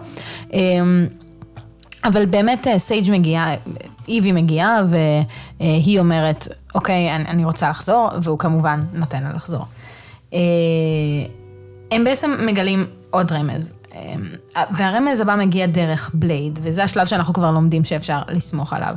אבל באמת סייג' מגיעה, איבי מגיעה והיא אומרת, אוקיי, אני רוצה לחזור, והוא כמובן נותן לה לחזור. הם בעצם מגלים עוד רמז, והרמז הבא מגיע דרך בלייד, וזה השלב שאנחנו כבר לומדים שאפשר לסמוך עליו.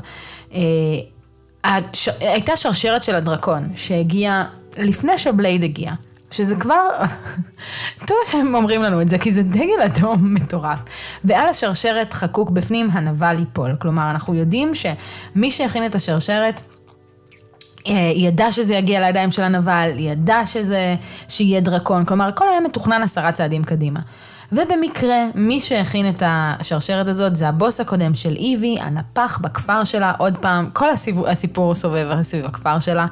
הייתה שרשרת של הדרקון, שהגיעה לפני שבלייד הגיע, שזה כבר, טוב שהם אומרים לנו את זה, כי זה דגל אדום מטורף, ועל השרשרת חקוק בפנים הנבל ייפול, כלומר אנחנו יודעים שמי שהכין את השרשרת, ידע שזה יגיע לידיים של הנבל, ידע שיהיה דרקון, כלומר הכל היה מתוכנן 10 צעדים קדימה. ובמקרה, מי שהכין את השרשרת הזאת, זה הבוס הקודם של איבי, הנפח בכפר שלה, עוד פעם, כל הסיפור סובב סביב הכפר שלה,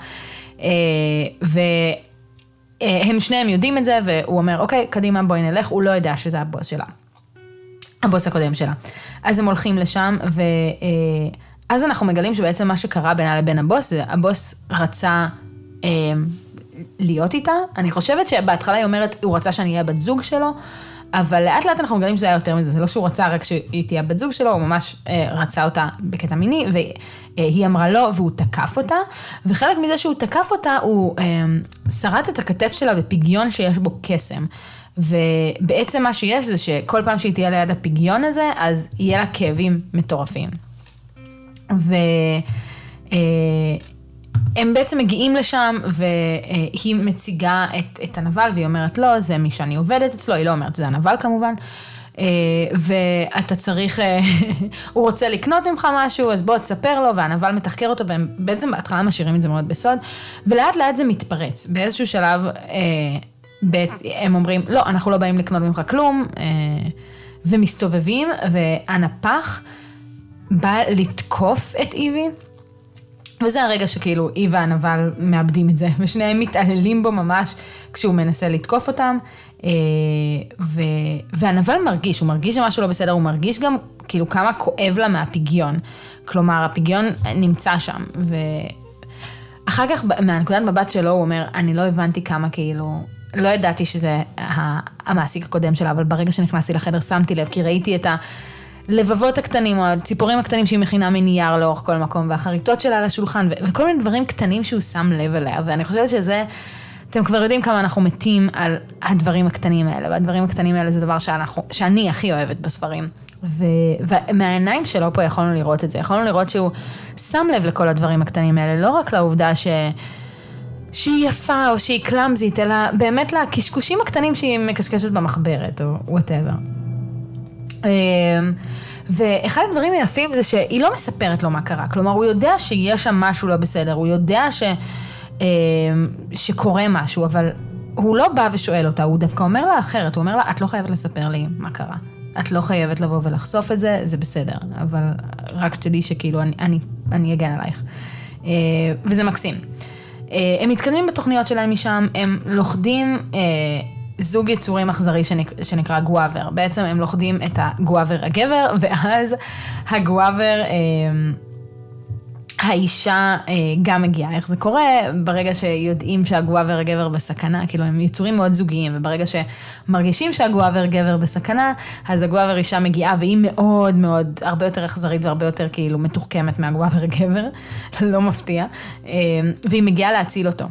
והם שניהם יודעים את זה, והוא אומר, אוקיי, קדימה, בואי נלך, הוא לא יודע שזה הבוס שלה, הבוס הקודם שלה. אז הם הולכים לשם, אז אנחנו מגלים שבעצם מה שקרה בינה לבין הבוס, זה הבוס רצה להיות איתה, אני חושבת שבהתחלה היא אומרת, הוא רצה שאני אהיה בת זוג שלו, אבל לאט לאט אנחנו מגלים שזה היה יותר מזה, זה לא שהוא רצה רק שהיא תהיה בת זוג שלו, הוא ממש רצה אותה בקטע מיני, והיא אמרה לו, והוא תקף אותה, וחלק מזה שהוא תקף אותה, הוא שרט את הכתף שלה בפגיון שיש בו קסם, ובעצם מה שיש זה שכל פעם שהיא תהיה ליד הפגיון הזה, אז יהיה לה כאבים מטורפים. הם בעצם מגיעים לשם, והיא מציגה את הנבל, והיא אומרת, לא, זה מי שאני עובדת אצלו, היא לא אומרת, זה הנבל כמובן, ואתה צריך, הוא רוצה לקנות ממך משהו, אז בוא תספר לו, והנבל מתחקר אותו, והם בעצם בהתחלה משאירים את זה מאוד בסוד, ולאט לאט זה מתפרץ, באיזשהו שלב, הם אומרים, לא, אנחנו לא באים לקנות ממך כלום, ומסתובבים, והנפח בא לתקוף את איבי, וזה הרגע שכאילו היא והנבל מאבדים את זה, ושניהם מתעללים בו ממש כשהוא מנסה לתקוף אותם, והנבל מרגיש, הוא מרגיש שמשהו לא בסדר, הוא מרגיש גם כאילו כמה כואב לה מהפגיון, כלומר הפגיון נמצא שם, ואחר כך מהנקודת מבט שלו הוא אומר, אני לא הבנתי כמה כאילו, לא ידעתי שזה המעסיק הקודם שלה, אבל ברגע שנכנסתי לחדר שמתי לב, כי ראיתי את הלבבות הקטנים, או הציפורים הקטנים שהיא מכינה מנייר לאורך כל מקום, והחריטות שלה על השולחן, וכל מיני דברים קטנים שהוא שם לב אליה, ואני חושבת שזה, אתם כבר יודעים כמה אנחנו מתים על הדברים הקטנים האלה, והדברים הקטנים האלה זה דבר שאני הכי אוהבת בספרים, ומהעיניים שלו פה יכולנו לראות את זה, יכולנו לראות שהוא שם לב לכל הדברים הקטנים האלה, לא רק לעובדה שהיא יפה או שהיא קלאמזית, אלא באמת לקשקושים הקטנים שהיא מקשקשת במחברת, או whatever. ואחד הדברים היפים זה שהיא לא מספרת לו מה קרה, כלומר הוא יודע שיש שם משהו לא בסדר, הוא יודע שקורה משהו, אבל הוא לא בא ושואל אותה, הוא דווקא אומר לה אחרת, הוא אומר לה, את לא חייבת לספר לי מה קרה, את לא חייבת לבוא ולחשוף את זה, זה בסדר, אבל רק שתדעי שכאילו אני אגן עלייך. וזה מקסים. הם מתקדמים בתוכניות שלהם משם, הם לוכדים זוג יצורים אכזרי שנקרא גואבר. בעצם הם לוכדים את הגואבר הגבר, ואז הגואבר, האישה גם מגיעה. איך זה קורה? ברגע שיודעים שהגואבר הגבר בסכנה, כאילו הם יצורים מאוד זוגיים, וברגע שמרגישים שהגואבר גבר בסכנה, אז הגואבר אישה מגיעה, והיא מאוד מאוד, הרבה יותר אכזרית והרבה יותר כאילו מתוחכמת מהגואבר הגבר, לא מפתיע, והיא מגיעה להציל אותו.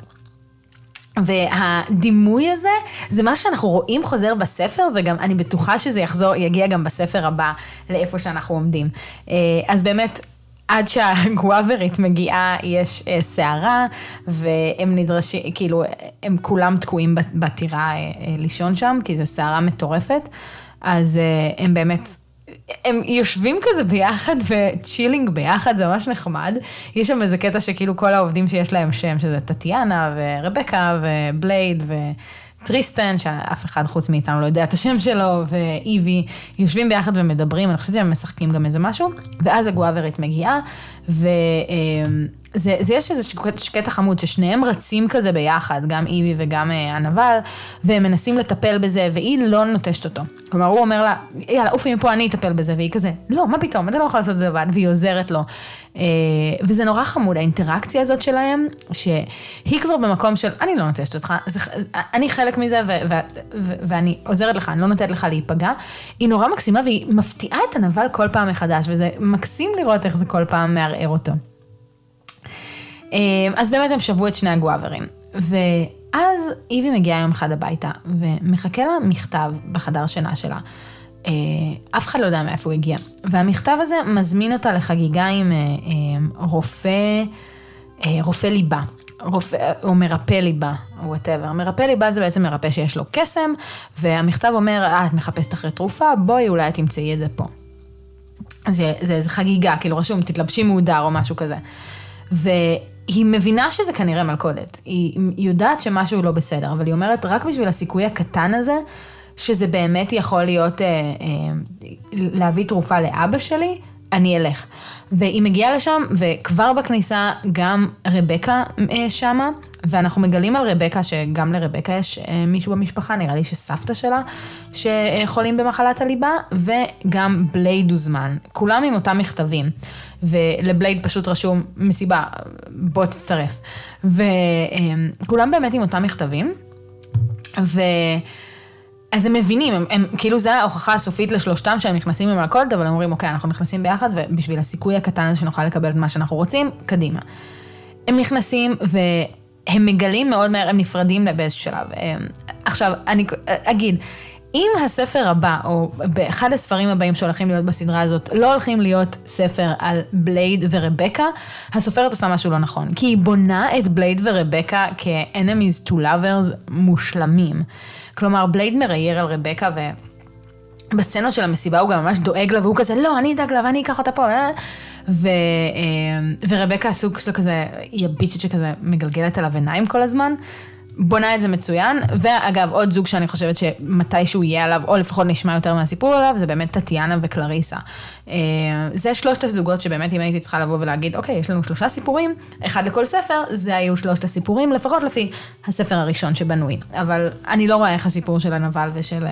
והדימוי הזה, זה מה שאנחנו רואים חוזר בספר, וגם אני בטוחה שזה יגיע גם בספר הבא, לאיפה שאנחנו עומדים. אז באמת, עד שהגואברית מגיעה, יש שערה, והם נדרשים, כאילו, הם כולם תקועים בטירה לישון שם, כי זו שערה מטורפת, אז הם באמת, הם יושבים כזה ביחד וצ'ילינג ביחד, זה ממש נחמד. יש שם איזה קטע שכאילו כל העובדים שיש להם שם, שזה טטיאנה ורבקה ובלייד וטריסטן, שאף אחד חוץ מאיתנו לא יודע את השם שלו, ואיבי, יושבים ביחד ומדברים, אני חושבת שהם משחקים גם איזה משהו, ואז הגואברית מגיעה, יש איזה קטע חמוד ששניהם רצים כזה ביחד, גם איבי וגם הנבל, והם מנסים לטפל בזה, והיא לא נוטשת אותו. כלומר, הוא אומר לה, יאללה, אופי מפה, אני אטפל בזה, והיא כזה, לא, מה פתאום, אתה לא יכול לעשות את זה לבד, והיא עוזרת לו. וזה נורא חמוד, האינטראקציה הזאת שלהם, שהיא כבר במקום של, אני לא נוטשת אותך, אני חלק מזה, ואני עוזרת לך, אני לא נותנת לך להיפגע, היא נורא מקסימה, והיא מפתיעה את הנבל כל פעם מחדש, וזה מקסים לראות איך זה כל פעם מערער אותו. אז באמת הם שבו את שני הגואברים, ואז איבי מגיעה יום אחד הביתה, ומחכה לה מכתב בחדר שינה שלה. אף אחד לא יודע מאיפה הוא הגיע, והמכתב הזה מזמין אותה לחגיגה עם רופא ליבה, או מרפא ליבה, או whatever. מרפא ליבה זה בעצם מרפא שיש לו קסם, והמכתב אומר, את מחפשת אחרי תרופה, בואי אולי תמצאי את זה פה. אז זה איזה חגיגה, כאילו רשום, תתלבשי מהודר או משהו כזה. והיא מבינה שזה כנראה מלכודת, היא יודעת שמשהו לא בסדר, אבל היא אומרת רק בשביל הסיכוי הקטן הזה, שזה באמת יכול להיות להביא תרופה לאבא שלי, אני אלך. והיא מגיעה לשם, וכבר בכניסה גם רבקה שמה, ואנחנו מגלים על רבקה, שגם לרבקה יש מישהו במשפחה, נראה לי שסבתא שלה, שחולים במחלת הליבה, וגם בלייד הוזמן. כולם עם אותם מכתבים, ולבלייד פשוט רשום מסיבה, בוא תצטרף. וכולם באמת עם אותם מכתבים, אז הם מבינים, הם כאילו זה ההוכחה הסופית לשלושתם שהם נכנסים עם מלכודת, אבל הם אומרים, אוקיי, אנחנו נכנסים ביחד, ובשביל הסיכוי הקטן הזה שנוכל לקבל את מה שאנחנו רוצים, קדימה. הם נכנסים והם מגלים מאוד מהר, הם נפרדים באיזשהו שלב. עכשיו, אני אגיד, אם הספר הבא, או באחד הספרים הבאים שהולכים להיות בסדרה הזאת, לא הולכים להיות ספר על בלייד ורבקה, הסופרת עושה משהו לא נכון. כי היא בונה את בלייד ורבקה כ-enemies to lovers מושלמים. כלומר, בלייד מראייר על רבקה, ובסצנות של המסיבה הוא גם ממש דואג לה, והוא כזה, לא, אני אדאג לה, ואני אקח אותה פה, ורבקה הסוג שלה כזה, היא הביטית שכזה מגלגלת עליו עיניים כל הזמן, בונה את זה מצוין, ואגב, עוד זוג שאני חושבת שמתישהו יהיה עליו, או לפחות נשמע יותר מהסיפור עליו, זה באמת טטיאנה וקלריסה. זה שלושת הזוגות שבאמת אם הייתי צריכה לבוא ולהגיד, אוקיי, יש לנו 3 סיפורים, אחד לכל ספר, זה היו 3 הסיפורים, לפחות לפי הספר הראשון שבנוי. אבל אני לא רואה איך הסיפור של הנבל ושל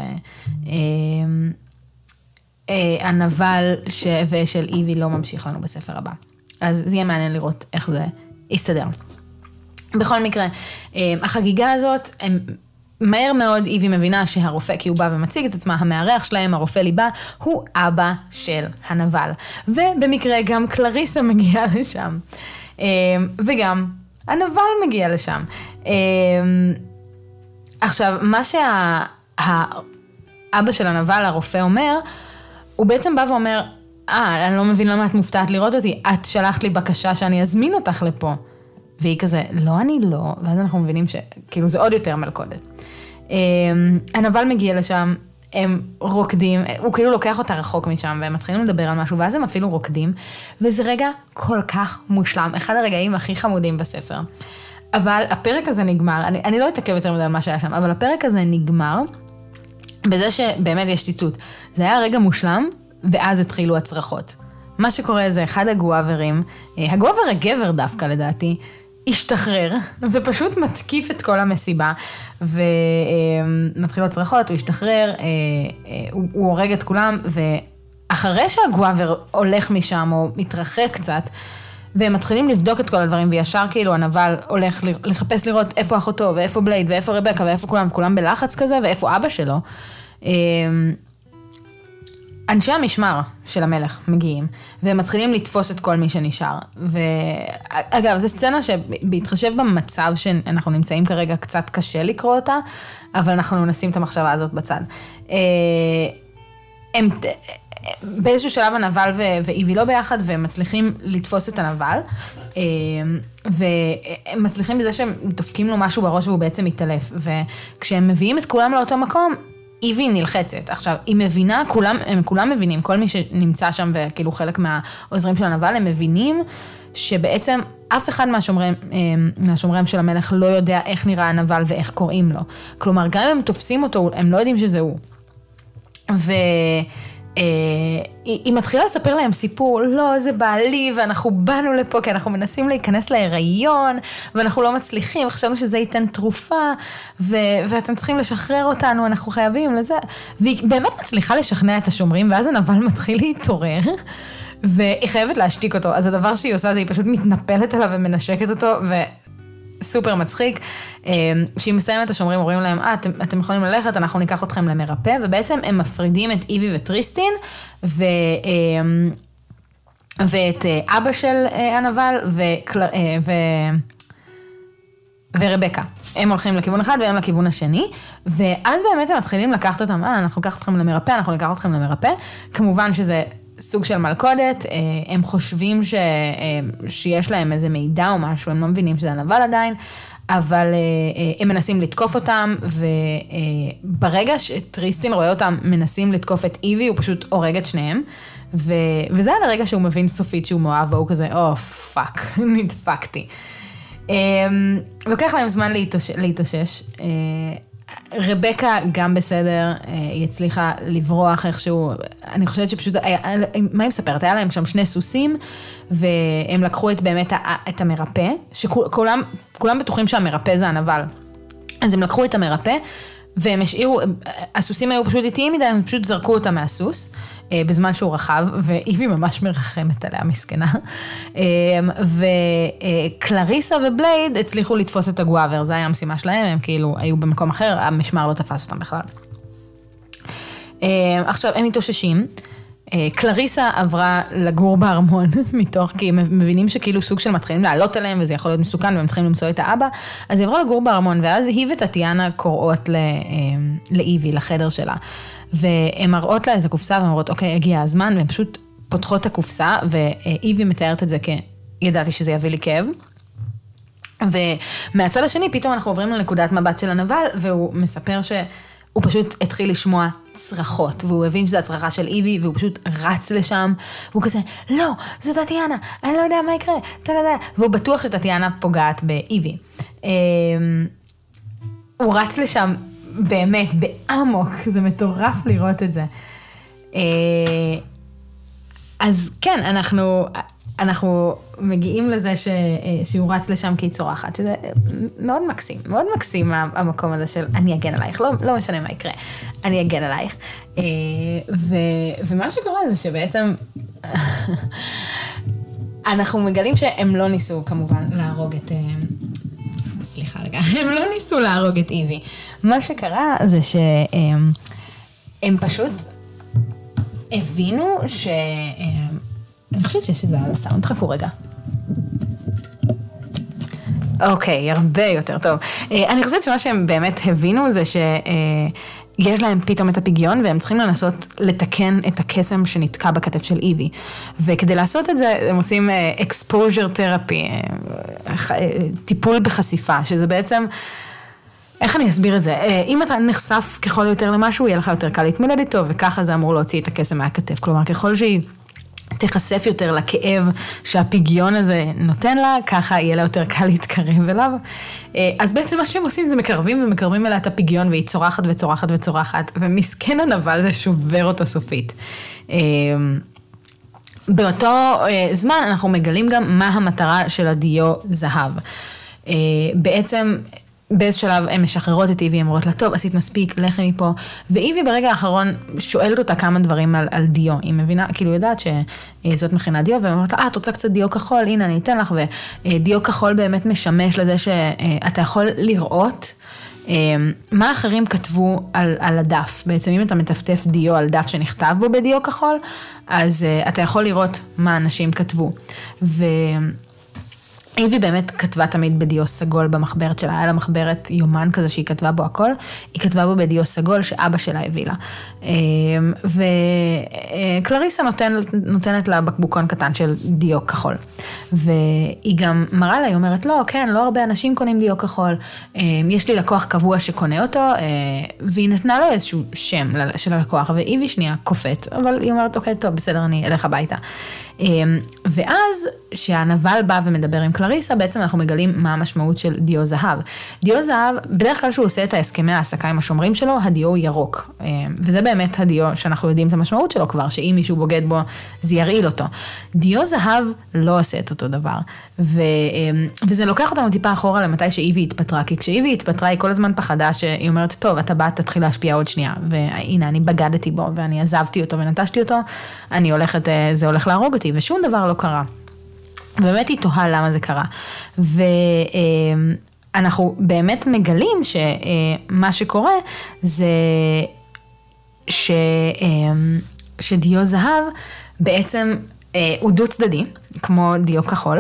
הנבל ושל איבי לא ממשיך לנו בספר הבא. אז זה יהיה מעניין לראות איך זה יסתדר. בכל מקרה, החגיגה הזאת, מהר מאוד איבי מבינה שהרופא, כי הוא בא ומציג את עצמה, המארח שלהם, הרופא ליבה, הוא אבא של הנבל. ובמקרה גם קלריסה מגיעה לשם. וגם הנבל מגיע לשם. עכשיו, מה שהאבא של הנבל, הרופא אומר, הוא בעצם בא ואומר, אני לא מבין למה את מופתעת לראות אותי, את שלחת לי בקשה שאני אזמין אותך לפה. והיא כזה, לא, אני לא, ואז אנחנו מבינים שכאילו זה עוד יותר מלכודת. הנבל מגיע לשם, הם רוקדים, הוא כאילו לוקח אותה רחוק משם, והם מתחילים לדבר על משהו, ואז הם אפילו רוקדים, וזה רגע כל כך מושלם, אחד הרגעים הכי חמודים בספר. אבל הפרק הזה נגמר, אני לא אתעכב יותר מדי על מה שהיה שם, אבל הפרק הזה נגמר, בזה שבאמת יש ציטוט. זה היה רגע מושלם, ואז התחילו הצרחות. מה שקורה זה אחד הגואברים, הגואבר הגבר דווקא לדעתי, השתחרר, ופשוט מתקיף את כל המסיבה, ומתחילות צרחות, הוא השתחרר, הוא הורג את כולם, ואחרי שהגואבר הולך משם, או מתרחק קצת, והם מתחילים לבדוק את כל הדברים, וישר כאילו הנבל הולך לחפש לראות איפה אחותו, ואיפה בלייד, ואיפה רבקה, ואיפה כולם בלחץ כזה, ואיפה אבא שלו. אנשי המשמר של המלך מגיעים, והם מתחילים לתפוס את כל מי שנשאר. ואגב, זו סצנה שבהתחשב במצב שאנחנו נמצאים כרגע קצת קשה לקרוא אותה, אבל אנחנו נשים את המחשבה הזאת בצד. הם באיזשהו שלב הנבל ואיבי לא ביחד, והם מצליחים לתפוס את הנבל, והם מצליחים בזה שהם דופקים לו משהו בראש והוא בעצם מתעלף. וכשהם מביאים את כולם לאותו מקום, איבי נלחצת. עכשיו, היא מבינה, הם כולם מבינים, כל מי שנמצא שם וכאילו חלק מהעוזרים של הנבל, הם מבינים שבעצם אף אחד מהשומרים של המלך לא יודע איך נראה הנבל ואיך קוראים לו. כלומר, גם אם הם תופסים אותו, הם לא יודעים שזה הוא. היא מתחילה לספר להם סיפור, לא, זה בעלי, ואנחנו באנו לפה, כי אנחנו מנסים להיכנס להיריון, ואנחנו לא מצליחים, וחשבנו שזה ייתן תרופה, ואתם צריכים לשחרר אותנו, אנחנו חייבים לזה. והיא באמת מצליחה לשכנע את השומרים, ואז הנבל מתחיל להתעורר, והיא חייבת להשתיק אותו. אז הדבר שהיא עושה, זה היא פשוט מתנפלת עליו ומנשקת אותו, סופר מצחיק, שהיא מסיימת, השומרים אומרים להם, אתם יכולים ללכת, אנחנו ניקח אתכם למרפא, ובעצם הם מפרידים את איבי וטריסטין, ואת אבא של הנבל, ורבקה. הם הולכים לכיוון אחד, והם לכיוון השני, ואז באמת הם מתחילים לקחת אותם, אנחנו ניקח אתכם למרפא, אנחנו ניקח אתכם למרפא, כמובן שזה סוג של מלכודת, הם חושבים שיש להם איזה מידע או משהו, הם לא מבינים שזה הנבל עדיין, אבל הם מנסים לתקוף אותם, וברגע שטריסטין רואה אותם מנסים לתקוף את איבי, הוא פשוט הורג את שניהם, וזה על הרגע שהוא מבין סופית שהוא מאוהב, והוא כזה, פאק, נדפקתי. לוקח להם זמן להתאושש, רבקה גם בסדר, היא הצליחה לברוח איכשהו, אני חושבת שפשוט, מה היא מספרת? היה להם שם 2 סוסים, והם לקחו באמת את המרפא, שכולם בטוחים שהמרפא זה הנבל. אז הם לקחו את המרפא, והם השאירו, הסוסים היו פשוט איטיים מדי, הם פשוט זרקו אותה מהסוס, בזמן שהוא רחב, ואיבי ממש מרחמת עליה מסכנה, וקלריסה ובלייד הצליחו לתפוס את הגואבר, זה היה המשימה שלהם, הם כאילו היו במקום אחר, המשמר לא תפס אותם בכלל. עכשיו, הם מתאוששים, קלריסה עברה לגור בארמון, כי הם מבינים שכאילו סוג של מתחילים לעלות עליהם, וזה יכול להיות מסוכן, והם צריכים למצוא את האבא, אז היא עברה לגור בארמון, ואז היא וטטיאנה קוראות לאיבי, לחדר שלה, והן מראות לה איזה קופסה, והן אומרות, אוקיי, הגיע הזמן, והן פשוט פותחות את הקופסה, ואיבי מתארת את זה ידעתי שזה יביא לי כאב, ומהצד השני פתאום אנחנו עוברים לנקודת מבט של הנבל, והוא מספר הוא פשוט התחיל לשמוע צרחות, והוא הבין שזו הצרחה של איבי, והוא פשוט רץ לשם, והוא כזה, לא, זו טטיאנה, אני לא יודע מה יקרה, והוא בטוח שטטיאנה פוגעת באיבי. הוא רץ לשם באמת, בעמוק, זה מטורף לראות את זה. אז כן, אנחנו מגיעים לזה שהוא רץ לשם כי היא צורחת, שזה מאוד מקסים המקום הזה של אני אגן עלייך, לא משנה מה יקרה, אני אגן עלייך. ומה שקורה זה שבעצם אנחנו מגלים שהם לא ניסו כמובן להרוג את, סליחה רגע, הם לא ניסו להרוג את איבי. מה שקרה זה שהם פשוט הבינו אני חושבת שיש את זה על הסאונד, חכו רגע. אוקיי, הרבה יותר טוב. אני חושבת שמה שהם באמת הבינו זה שיש להם פתאום את הפיגיון, והם צריכים לנסות לתקן את הקסם שנתקע בכתף של איבי. וכדי לעשות את זה, הם עושים exposure therapy, טיפול בחשיפה, שזה בעצם, איך אני אסביר את זה? אם אתה נחשף ככל יותר למשהו, יהיה לך יותר קל להתמודד איתו, וככה זה אמור להוציא את הקסם מהכתף. כלומר, ככל שהיא תחשף יותר לכאב שהפיגיון הזה נותן לה, ככה יהיה לה יותר קל להתקרב אליו. אז בעצם מה שהם עושים זה מקרבים אליה את הפיגיון, והיא צורחת וצורחת וצורחת, ומסכן הנבל זה שובר אותו סופית. באותו זמן אנחנו מגלים גם מה המטרה של הדיו זהב. בעצם באיזה שלב הן משחררות את איבי, הן אומרות לה, טוב, עשית מספיק, לכי מפה, ואיבי ברגע האחרון שואלת אותה כמה דברים על דיו, היא מבינה, כאילו יודעת שזאת מכינה דיו, ואומרת לה, את רוצה קצת דיו כחול, הנה אני אתן לך, ודיו כחול באמת משמש לזה שאתה יכול לראות מה אחרים כתבו על הדף. בעצם אם אתה מטפטף דיו על דף שנכתב בו בדיו כחול, אז אתה יכול לראות מה אנשים כתבו. איבי באמת כתבה תמיד בדיו סגול במחברת שלה, היה לה מחברת יומן כזה שהיא כתבה בו הכל, היא כתבה בו בדיו סגול שאבא שלה הביא לה. וקלריסה נותנת לה בקבוקון קטן של דיו כחול. והיא גם מראה לה, היא אומרת, לא, כן, לא הרבה אנשים קונים דיו כחול, יש לי לקוח קבוע שקונה אותו, והיא נתנה לו איזשהו שם של הלקוח, ואיבי שנייה קופאת, אבל היא אומרת, אוקיי, טוב, בסדר, אני אלך הביתה. ואז שהנבל בא ומדבר עם קלריסה, בעצם אנחנו מגלים מה המשמעות של דיו זהב. דיו זהב, בדרך כלל שהוא עושה את ההסכמי העסקה עם השומרים שלו, הדיו הוא ירוק. וזה באמת הדיו שאנחנו יודעים את המשמעות שלו כבר, שאם מישהו בוגד בו, זה ירעיל אותו. דיו זהב לא עושה את אותו דבר. וזה לוקח אותנו טיפה אחורה למתי שאיבי התפטרה, כי כשאיבי התפטרה היא כל הזמן פחדה שהיא אומרת, טוב, אתה בא, תתחיל להשפיע עוד שנייה, והנה, אני בגדתי בו, ואני עזבתי אותו ונטשתי אותו, אני הולכת, זה הולך להרוג אותי, ושום דבר לא קרה. באמת היא תוהה למה זה קרה. ואנחנו באמת מגלים שמה שקורה זה שדיו זהב בעצם הוא דו צדדי, כמו דיו כחול,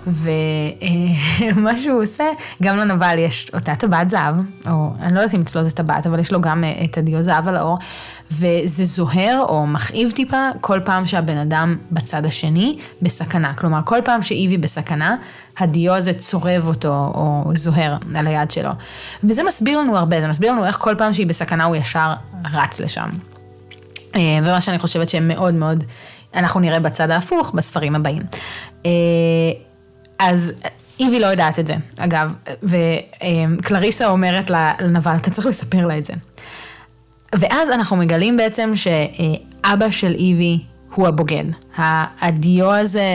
ומה שהוא עושה, גם לנבל יש אותה טבעת זהב, או אני לא יודעת אם אצלו זה טבעת, אבל יש לו גם את הדיו זהב על האור, וזה זוהר או מכאיב טיפה כל פעם שהבן אדם בצד השני בסכנה. כלומר, כל פעם שאיבי בסכנה, הדיו הזה צורב אותו או זוהר על היד שלו. וזה מסביר לנו הרבה, זה מסביר לנו איך כל פעם שהיא בסכנה הוא ישר רץ לשם. ומה שאני חושבת שהם מאוד מאוד, אנחנו נראה בצד ההפוך בספרים הבאים. אז איבי לא יודעת את זה, אגב, וקלריסה אומרת לנבל, אתה צריך לספר לה את זה. ואז אנחנו מגלים בעצם שאבא של איבי הוא הבוגד. הדיו הזה,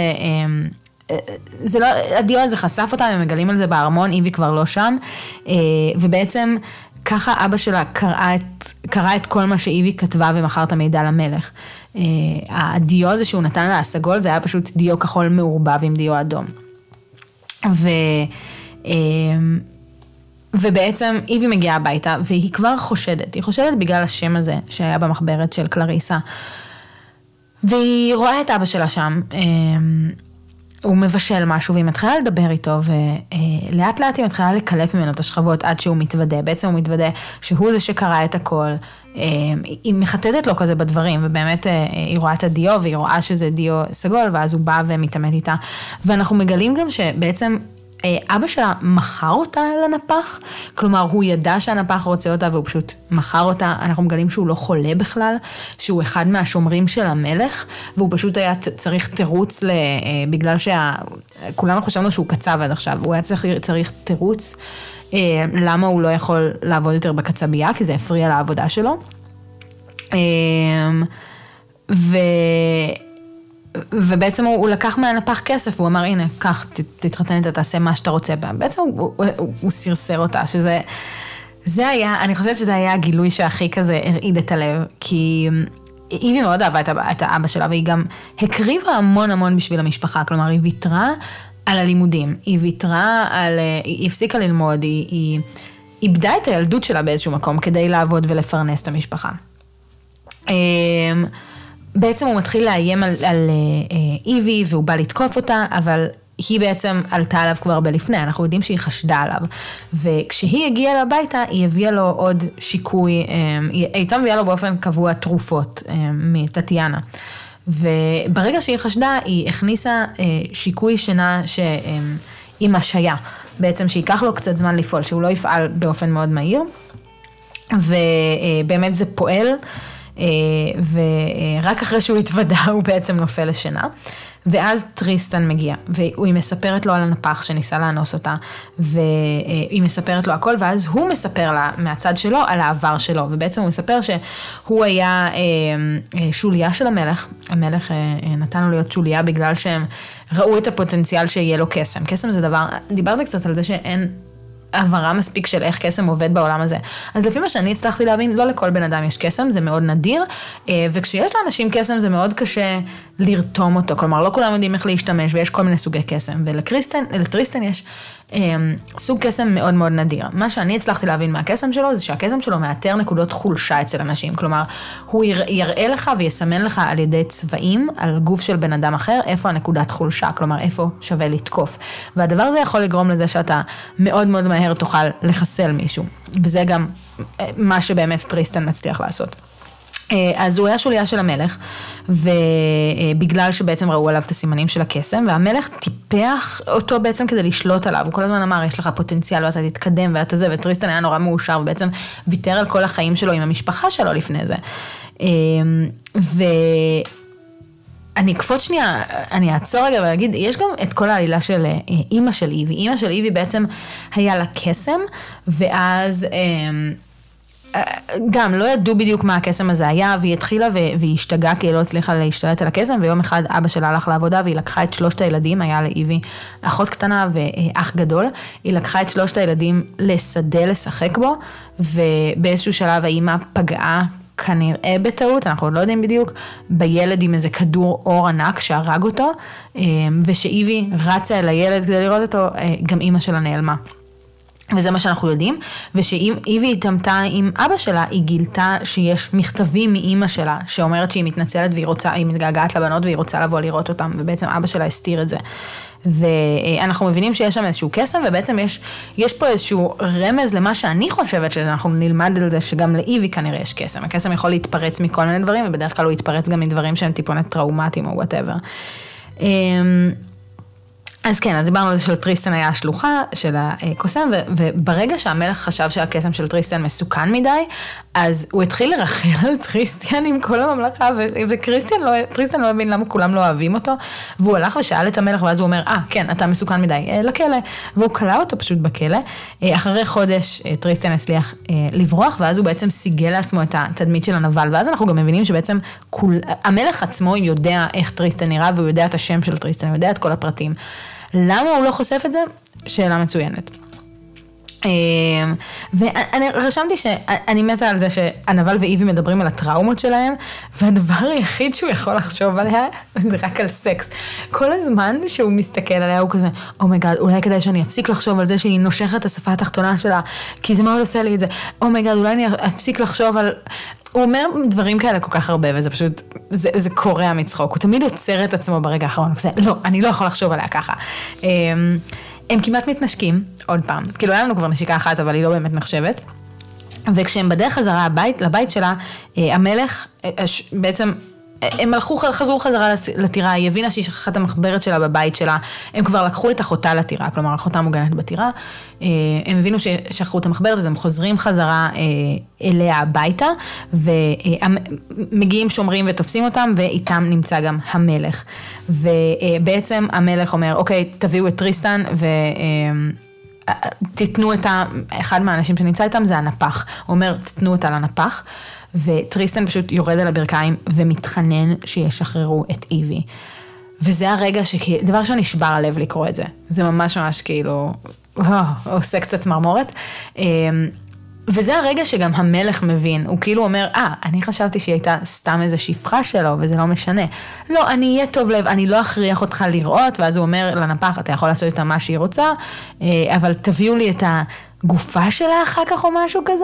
הדיו הזה חשף אותה, הם מגלים על זה בארמון, איבי כבר לא שם, ובעצם ככה אבא שלה קרא את כל מה שאיבי כתבה ומכר את המידע למלך. הדיו הזה שהוא נתן לה הסגול, זה היה פשוט דיו כחול מעורבב עם דיו אדום. ובעצם איבי מגיעה הביתה, והיא כבר חושדת. היא חושדת בגלל השם הזה שהיה במחברת של קלריסה. והיא רואה את אבא שלה שם, הוא מבשל משהו, והיא מתחילה לדבר איתו, ולאט לאט היא מתחילה לקלף ממנו את השכבות עד שהוא מתוודה. בעצם הוא מתוודה שהוא זה שקרא את הכל. היא מחטטת לו כזה בדברים, ובאמת היא רואה את הדיו, והיא רואה שזה דיו סגול, ואז הוא בא ומתעמת איתה. ואנחנו מגלים גם שבעצם אבא שלה מכר אותה לנפח, כלומר הוא ידע שהנפח רוצה אותה והוא פשוט מכר אותה, אנחנו מגלים שהוא לא חולה בכלל, שהוא אחד מהשומרים של המלך, והוא פשוט היה צריך תירוץ, בגלל כולנו חשבנו שהוא קצב עד עכשיו, הוא היה צריך תירוץ, למה הוא לא יכול לעבוד יותר בקצבייה, כי זה הפריע לעבודה שלו. ובעצם הוא לקח מהנפח כסף, הוא אמר, הנה, קח, תתחתן איתה, תעשה מה שאתה רוצה בה. בעצם הוא סרסר אותה, זה היה, אני חושבת שזה היה הגילוי שהכי כזה הרעיד את הלב, כי איבי מאוד אהבה את האבא שלה, והיא גם הקריבה המון המון בשביל המשפחה, כלומר, היא ויתרה על הלימודים, היא ויתרה היא הפסיקה ללמוד, היא איבדה את הילדות שלה באיזשהו מקום, כדי לעבוד ולפרנס את המשפחה. בעצם הוא מתחיל לאיים על איבי, והוא בא לתקוף אותה, אבל היא בעצם עלתה עליו כבר בלפני, אנחנו יודעים שהיא חשדה עליו, וכשהיא הגיעה לביתה, היא הביאה לו עוד שיקוי, היא הייתה מביאה לו באופן קבוע תרופות מטטיאנה, וברגע שהיא חשדה, היא הכניסה שיקוי שינה עם השהיה, בעצם שיקח לו קצת זמן לפעול, שהוא לא יפעל באופן מאוד מהיר, ובאמת זה פועל, ורק אחרי שהוא התוודע הוא בעצם נופל לשינה. ואז טריסטן מגיע, והיא מספרת לו על הנפח שניסה לאנוס אותה, והיא מספרת לו הכל, ואז הוא מספר לה מהצד שלו על העבר שלו, ובעצם הוא מספר שהוא היה שוליה של המלך, המלך נתן לו להיות שוליה בגלל שהם ראו את הפוטנציאל שיהיה לו קסם. קסם זה דבר, דיברתי קצת על זה שאין הברה מספיק של איך קסם עובד בעולם הזה. אז לפי מה שאני הצלחתי להבין, לא לכל בן אדם יש קסם, זה מאוד נדיר, וכשיש לאנשים קסם זה מאוד קשה לרתום אותו, כלומר לא כולם יודעים איך להשתמש, ויש כל מיני סוגי קסם, ולטריסטן יש סוג קסם מאוד מאוד נדיר. מה שאני הצלחתי להבין מהקסם שלו, זה שהקסם שלו מאתר נקודות חולשה אצל אנשים, כלומר הוא יראה לך ויסמן לך על ידי צבעים, על גוף של בן אדם אחר, איפה הנקודת חולשה, כלומר איפה שווה לתקוף. והדבר הזה יכול לגרום לזה שאתה מאוד מאוד מהר תוכל לחסל מישהו, וזה גם מה שבאמת טריסטן מצליח לעשות. אז הוא היה שוליה של המלך, ובגלל שבעצם ראו עליו את הסימנים של הקסם, והמלך טיפח אותו בעצם כדי לשלוט עליו, הוא כל הזמן אמר, יש לך פוטנציאל ואתה תתקדם ואתה זה, וטריסטן היה נורא מאושר, ובעצם ויתר על כל החיים שלו עם המשפחה שלו לפני זה. אני אקפוץ שנייה, אני אעצור רגע ואגיד, יש גם את כל העלילה של אמא של איבי. אמא של איבי בעצם היה לה קסם, ואז גם לא ידעו בדיוק מה הקסם הזה היה, והיא התחילה והיא השתגעה כי היא לא הצליחה להשתלט על הקסם, ויום אחד אבא שלה הלך לעבודה, והיא לקחה את 3 הילדים, היה לאיבי אחות קטנה ואח גדול, היא לקחה את 3 הילדים לשדה לשחק בו, ובאיזשהו שלב האמא פגעה, כנראה בטעות, אנחנו עוד לא יודעים בדיוק, בילד עם איזה כדור אור ענק שהרג אותו, ושאיבי רצה אל הילד כדי לראות אותו, גם אמא שלה נעלמה. וזה מה שאנחנו יודעים, ושאם איבי התאמתה עם אבא שלה, היא גילתה שיש מכתבים מאמא שלה, שאומרת שהיא מתנצלת והיא מתגעגעת לבנות והיא רוצה לבוא לראות אותם, ובעצם אבא שלה הסתיר את זה. ואנחנו מבינים שיש שם איזשהו קסם, ובעצם יש פה איזשהו רמז למה שאני חושבת שאנחנו נלמד על זה, שגם לאיבי כנראה יש קסם. הקסם יכול להתפרץ מכל מיני דברים, ובדרך כלל הוא יתפרץ גם מדברים שהם טיפונת טראומטיים או whatever. אז כן, אז דיברנו על זה של טריסטן היה השלוחה של הקוסם, וברגע שהמלך חשב שהקסם של טריסטן מסוכן מדי, אז הוא התחיל לרחל על טריסטן עם כל הממלכה, וטריסטן לא הבין למה כולם לא אוהבים אותו, והוא הלך ושאל את המלך, ואז הוא אומר, כן, אתה מסוכן מדי, לכלא, והוא קלע אותו פשוט בכלא. אחרי חודש טריסטן הצליח לברוח, ואז הוא בעצם סיגל לעצמו את התדמית של הנבל, ואז אנחנו גם מבינים שבעצם המלך עצמו יודע איך טריסטן נראה, והוא יודע את השם של טריסטן, הוא יודע את כל הפרטים. למה הוא לא חושף את זה? שאלה מצוינת. ואני רשמתי שאני מתה על זה שהנבל ואיבי מדברים על הטראומות שלהם, והדבר היחיד שהוא יכול לחשוב עליה זה רק על סקס. כל הזמן שהוא מסתכל עליה הוא כזה, אומייגאד, אולי כדאי שאני אפסיק לחשוב על זה שהיא נושכת את השפה התחתונה שלה, כי זה מאוד עושה לי את זה. אומייגאד, אולי אני אפסיק לחשוב על... הוא אומר דברים כאלה כל כך הרבה, וזה פשוט, זה קורע מצחוק. הוא תמיד עוצר את עצמו ברגע האחרון, וזה, לא, אני לא יכול לחשוב עליה ככה. הם כמעט מתנשקים, עוד פעם. כאילו, היה לנו כבר נשיקה אחת, אבל היא לא באמת נחשבת. וכשהם בדרך חזרה לבית שלה, המלך בעצם... הם חזרו חזרה לטירה, היא הבינה שהיא שכחה את המחברת שלה בבית שלה, הם כבר לקחו את אחותה לטירה, כלומר אחותה מוגנת בטירה, הם הבינו ששכחו את המחברת, אז הם חוזרים חזרה אליה הביתה, ומגיעים שומרים ותופסים אותם, ואיתם נמצא גם המלך. ובעצם המלך אומר, אוקיי, תביאו את טריסטן, תתנו את אחד מהאנשים שנמצא איתם, זה הנפח. הוא אומר, תתנו אותה לנפח, וטריסטן פשוט יורד על הברכיים ומתחנן שישחררו את איבי. וזה הרגע דבר שנשבר הלב לקרוא את זה. זה ממש ממש כאילו, עושה קצת צמרמורת. וזה הרגע שגם המלך מבין, הוא כאילו אומר, אני חשבתי שהיא הייתה סתם איזו שפחה שלו, וזה לא משנה. לא, אני אהיה טוב לב, אני לא אכריח אותך לראות, ואז הוא אומר לנפח, אתה יכול לעשות איתה מה שהיא רוצה, אבל תביאו לי את הגופה שלה אחר כך או משהו כזה.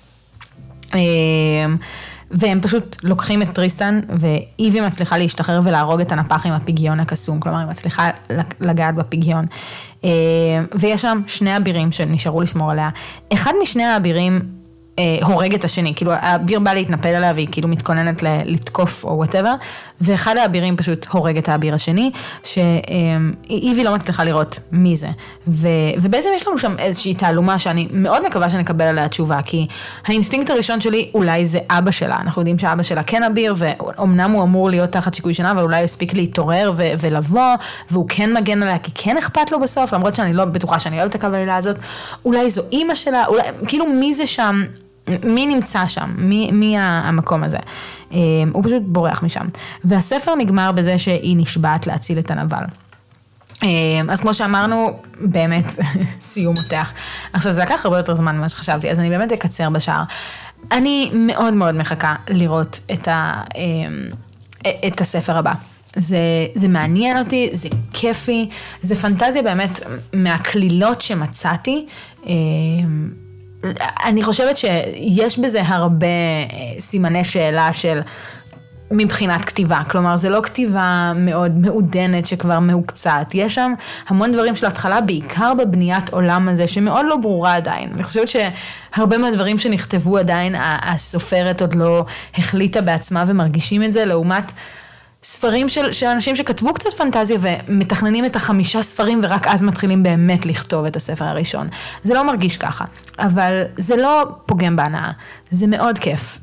והם פשוט לוקחים את טריסטן, ואיבי מצליחה להשתחרר ולהרוג את הנפח עם הפיגיון הקסום, כלומר היא מצליחה לגעת בפיגיון. ויש שם 2 אבירים שנשארו לשמור עליה. אחד משני האבירים הורג את השני, כאילו האביר בא להתנפל עליה והיא כאילו מתכוננת לתקוף או whatever, ואחד האבירים פשוט הורג את האביר השני, שאיבי לא מצליחה לראות מי זה. ובעצם יש לנו שם איזושהי תעלומה שאני מאוד מקווה שנקבל עליה תשובה, כי האינסטינקט הראשון שלי אולי זה אבא שלה, אנחנו יודעים שאבא שלה כן אביר, ואומנם הוא אמור להיות תחת שיקוי שנה, אבל אולי הוא הספיק להתעורר ולבוא, והוא כן מגן עליה, כי כן אכפת לו בסוף, למרות שאני לא בטוחה שאני אוהבת את הקבלה הזאת, אולי זו אימא שלה, אולי, כאילו מי זה שם, מי נמצא שם, מי המקום הזה, הוא פשוט בורח משם, והספר נגמר בזה שהיא נשבעת להציל את הנבל. אז כמו שאמרנו, באמת סיום מותח. עכשיו זה לקח הרבה יותר זמן ממה שחשבתי, אז אני באמת אקצר בשער. אני מאוד מאוד מחכה לראות את הספר הבא. זה מעניין אותי, זה כיפי, זה פנטזיה באמת מהכלילות שמצאתי. אני חושבת שיש בזה הרבה סימני שאלה של מבחינת כתיבה, כלומר זה לא כתיבה מאוד מעודנת שכבר מהוקצת, יש שם המון דברים של התחלה, בעיקר בבניית עולם הזה שמאוד לא ברורה עדיין, אני חושבת שהרבה מהדברים שנכתבו עדיין הסופרת עוד לא החליטה בעצמה ומרגישים את זה, לעומת ספרים של אנשים שכתבו קצת פנטזיה ומתכננים את 5 ספרים ורק אז מתחילים באמת לכתוב את הספר הראשון. זה לא מרגיש ככה, אבל זה לא פוגם בהנאה, זה מאוד כיף.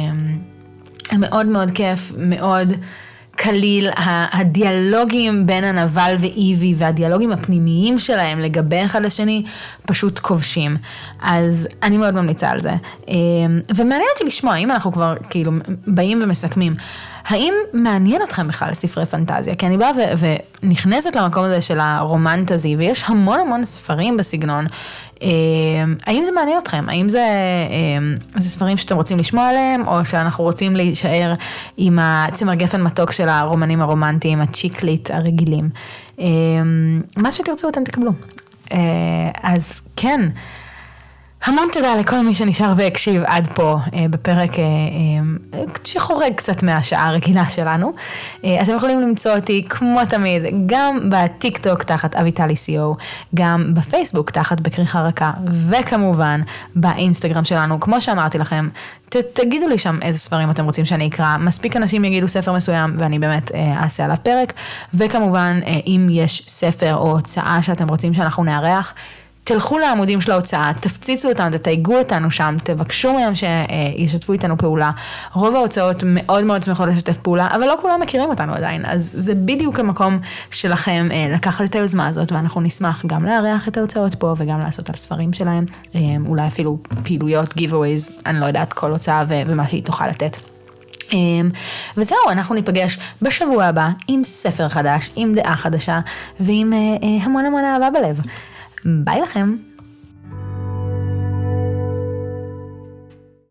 מאוד מאוד כיף, מאוד קליל, הדיאלוגים בין הנבל ואיבי והדיאלוגים הפנימיים שלהם לגבי אחד לשני פשוט כובשים. אז אני מאוד ממליצה על זה. ומעניין אותי לשמוע, אם אנחנו כבר כאילו באים ומסכמים, האם מעניין אתכם בכלל ספרי פנטזיה? כי אני באה ונכנסת למקום הזה של הרומנטזי, ויש המון המון ספרים בסגנון. האם זה מעניין אתכם? האם זה ספרים שאתם רוצים לשמוע עליהם, או שאנחנו רוצים להישאר עם הצמר גפן מתוק של הרומנים הרומנטיים, הצ'יקלית הרגילים? מה שתרצו אתם תקבלו. אז כן, המון תודה לכל מי שנשאר והקשיב עד פה בפרק שחורג קצת מהשעה הרגילה שלנו. אתם יכולים למצוא אותי כמו תמיד גם בטיק טוק תחת אביטלי CO, גם בפייסבוק תחת בכריכה רכה, וכמובן באינסטגרם שלנו. כמו שאמרתי לכם, תגידו לי שם איזה ספרים אתם רוצים שאני אקרא, מספיק אנשים יגידו ספר מסוים ואני באמת אעשה עליו פרק, וכמובן אם יש ספר או הוצאה שאתם רוצים שאנחנו נארח, תלכו לעמודים של ההוצאה, תפציצו אותם, תתייגו אותנו שם, תבקשו מהם שישתפו איתנו פעולה. רוב ההוצאות מאוד מאוד שמחות לשתף פעולה, אבל לא כולם מכירים אותנו עדיין, אז זה בדיוק המקום שלכם לקחת את היוזמה הזאת, ואנחנו נשמח גם לארח את ההוצאות פה, וגם לעשות על ספרים שלהם, אולי אפילו פעילויות, giveaways, אני לא יודעת, כל הוצאה ומה שהיא תוכל לתת. וזהו, אנחנו ניפגש בשבוע הבא עם ספר חדש, עם דעה חדשה, ועם המון המון אהבה בלב. ביי לכם.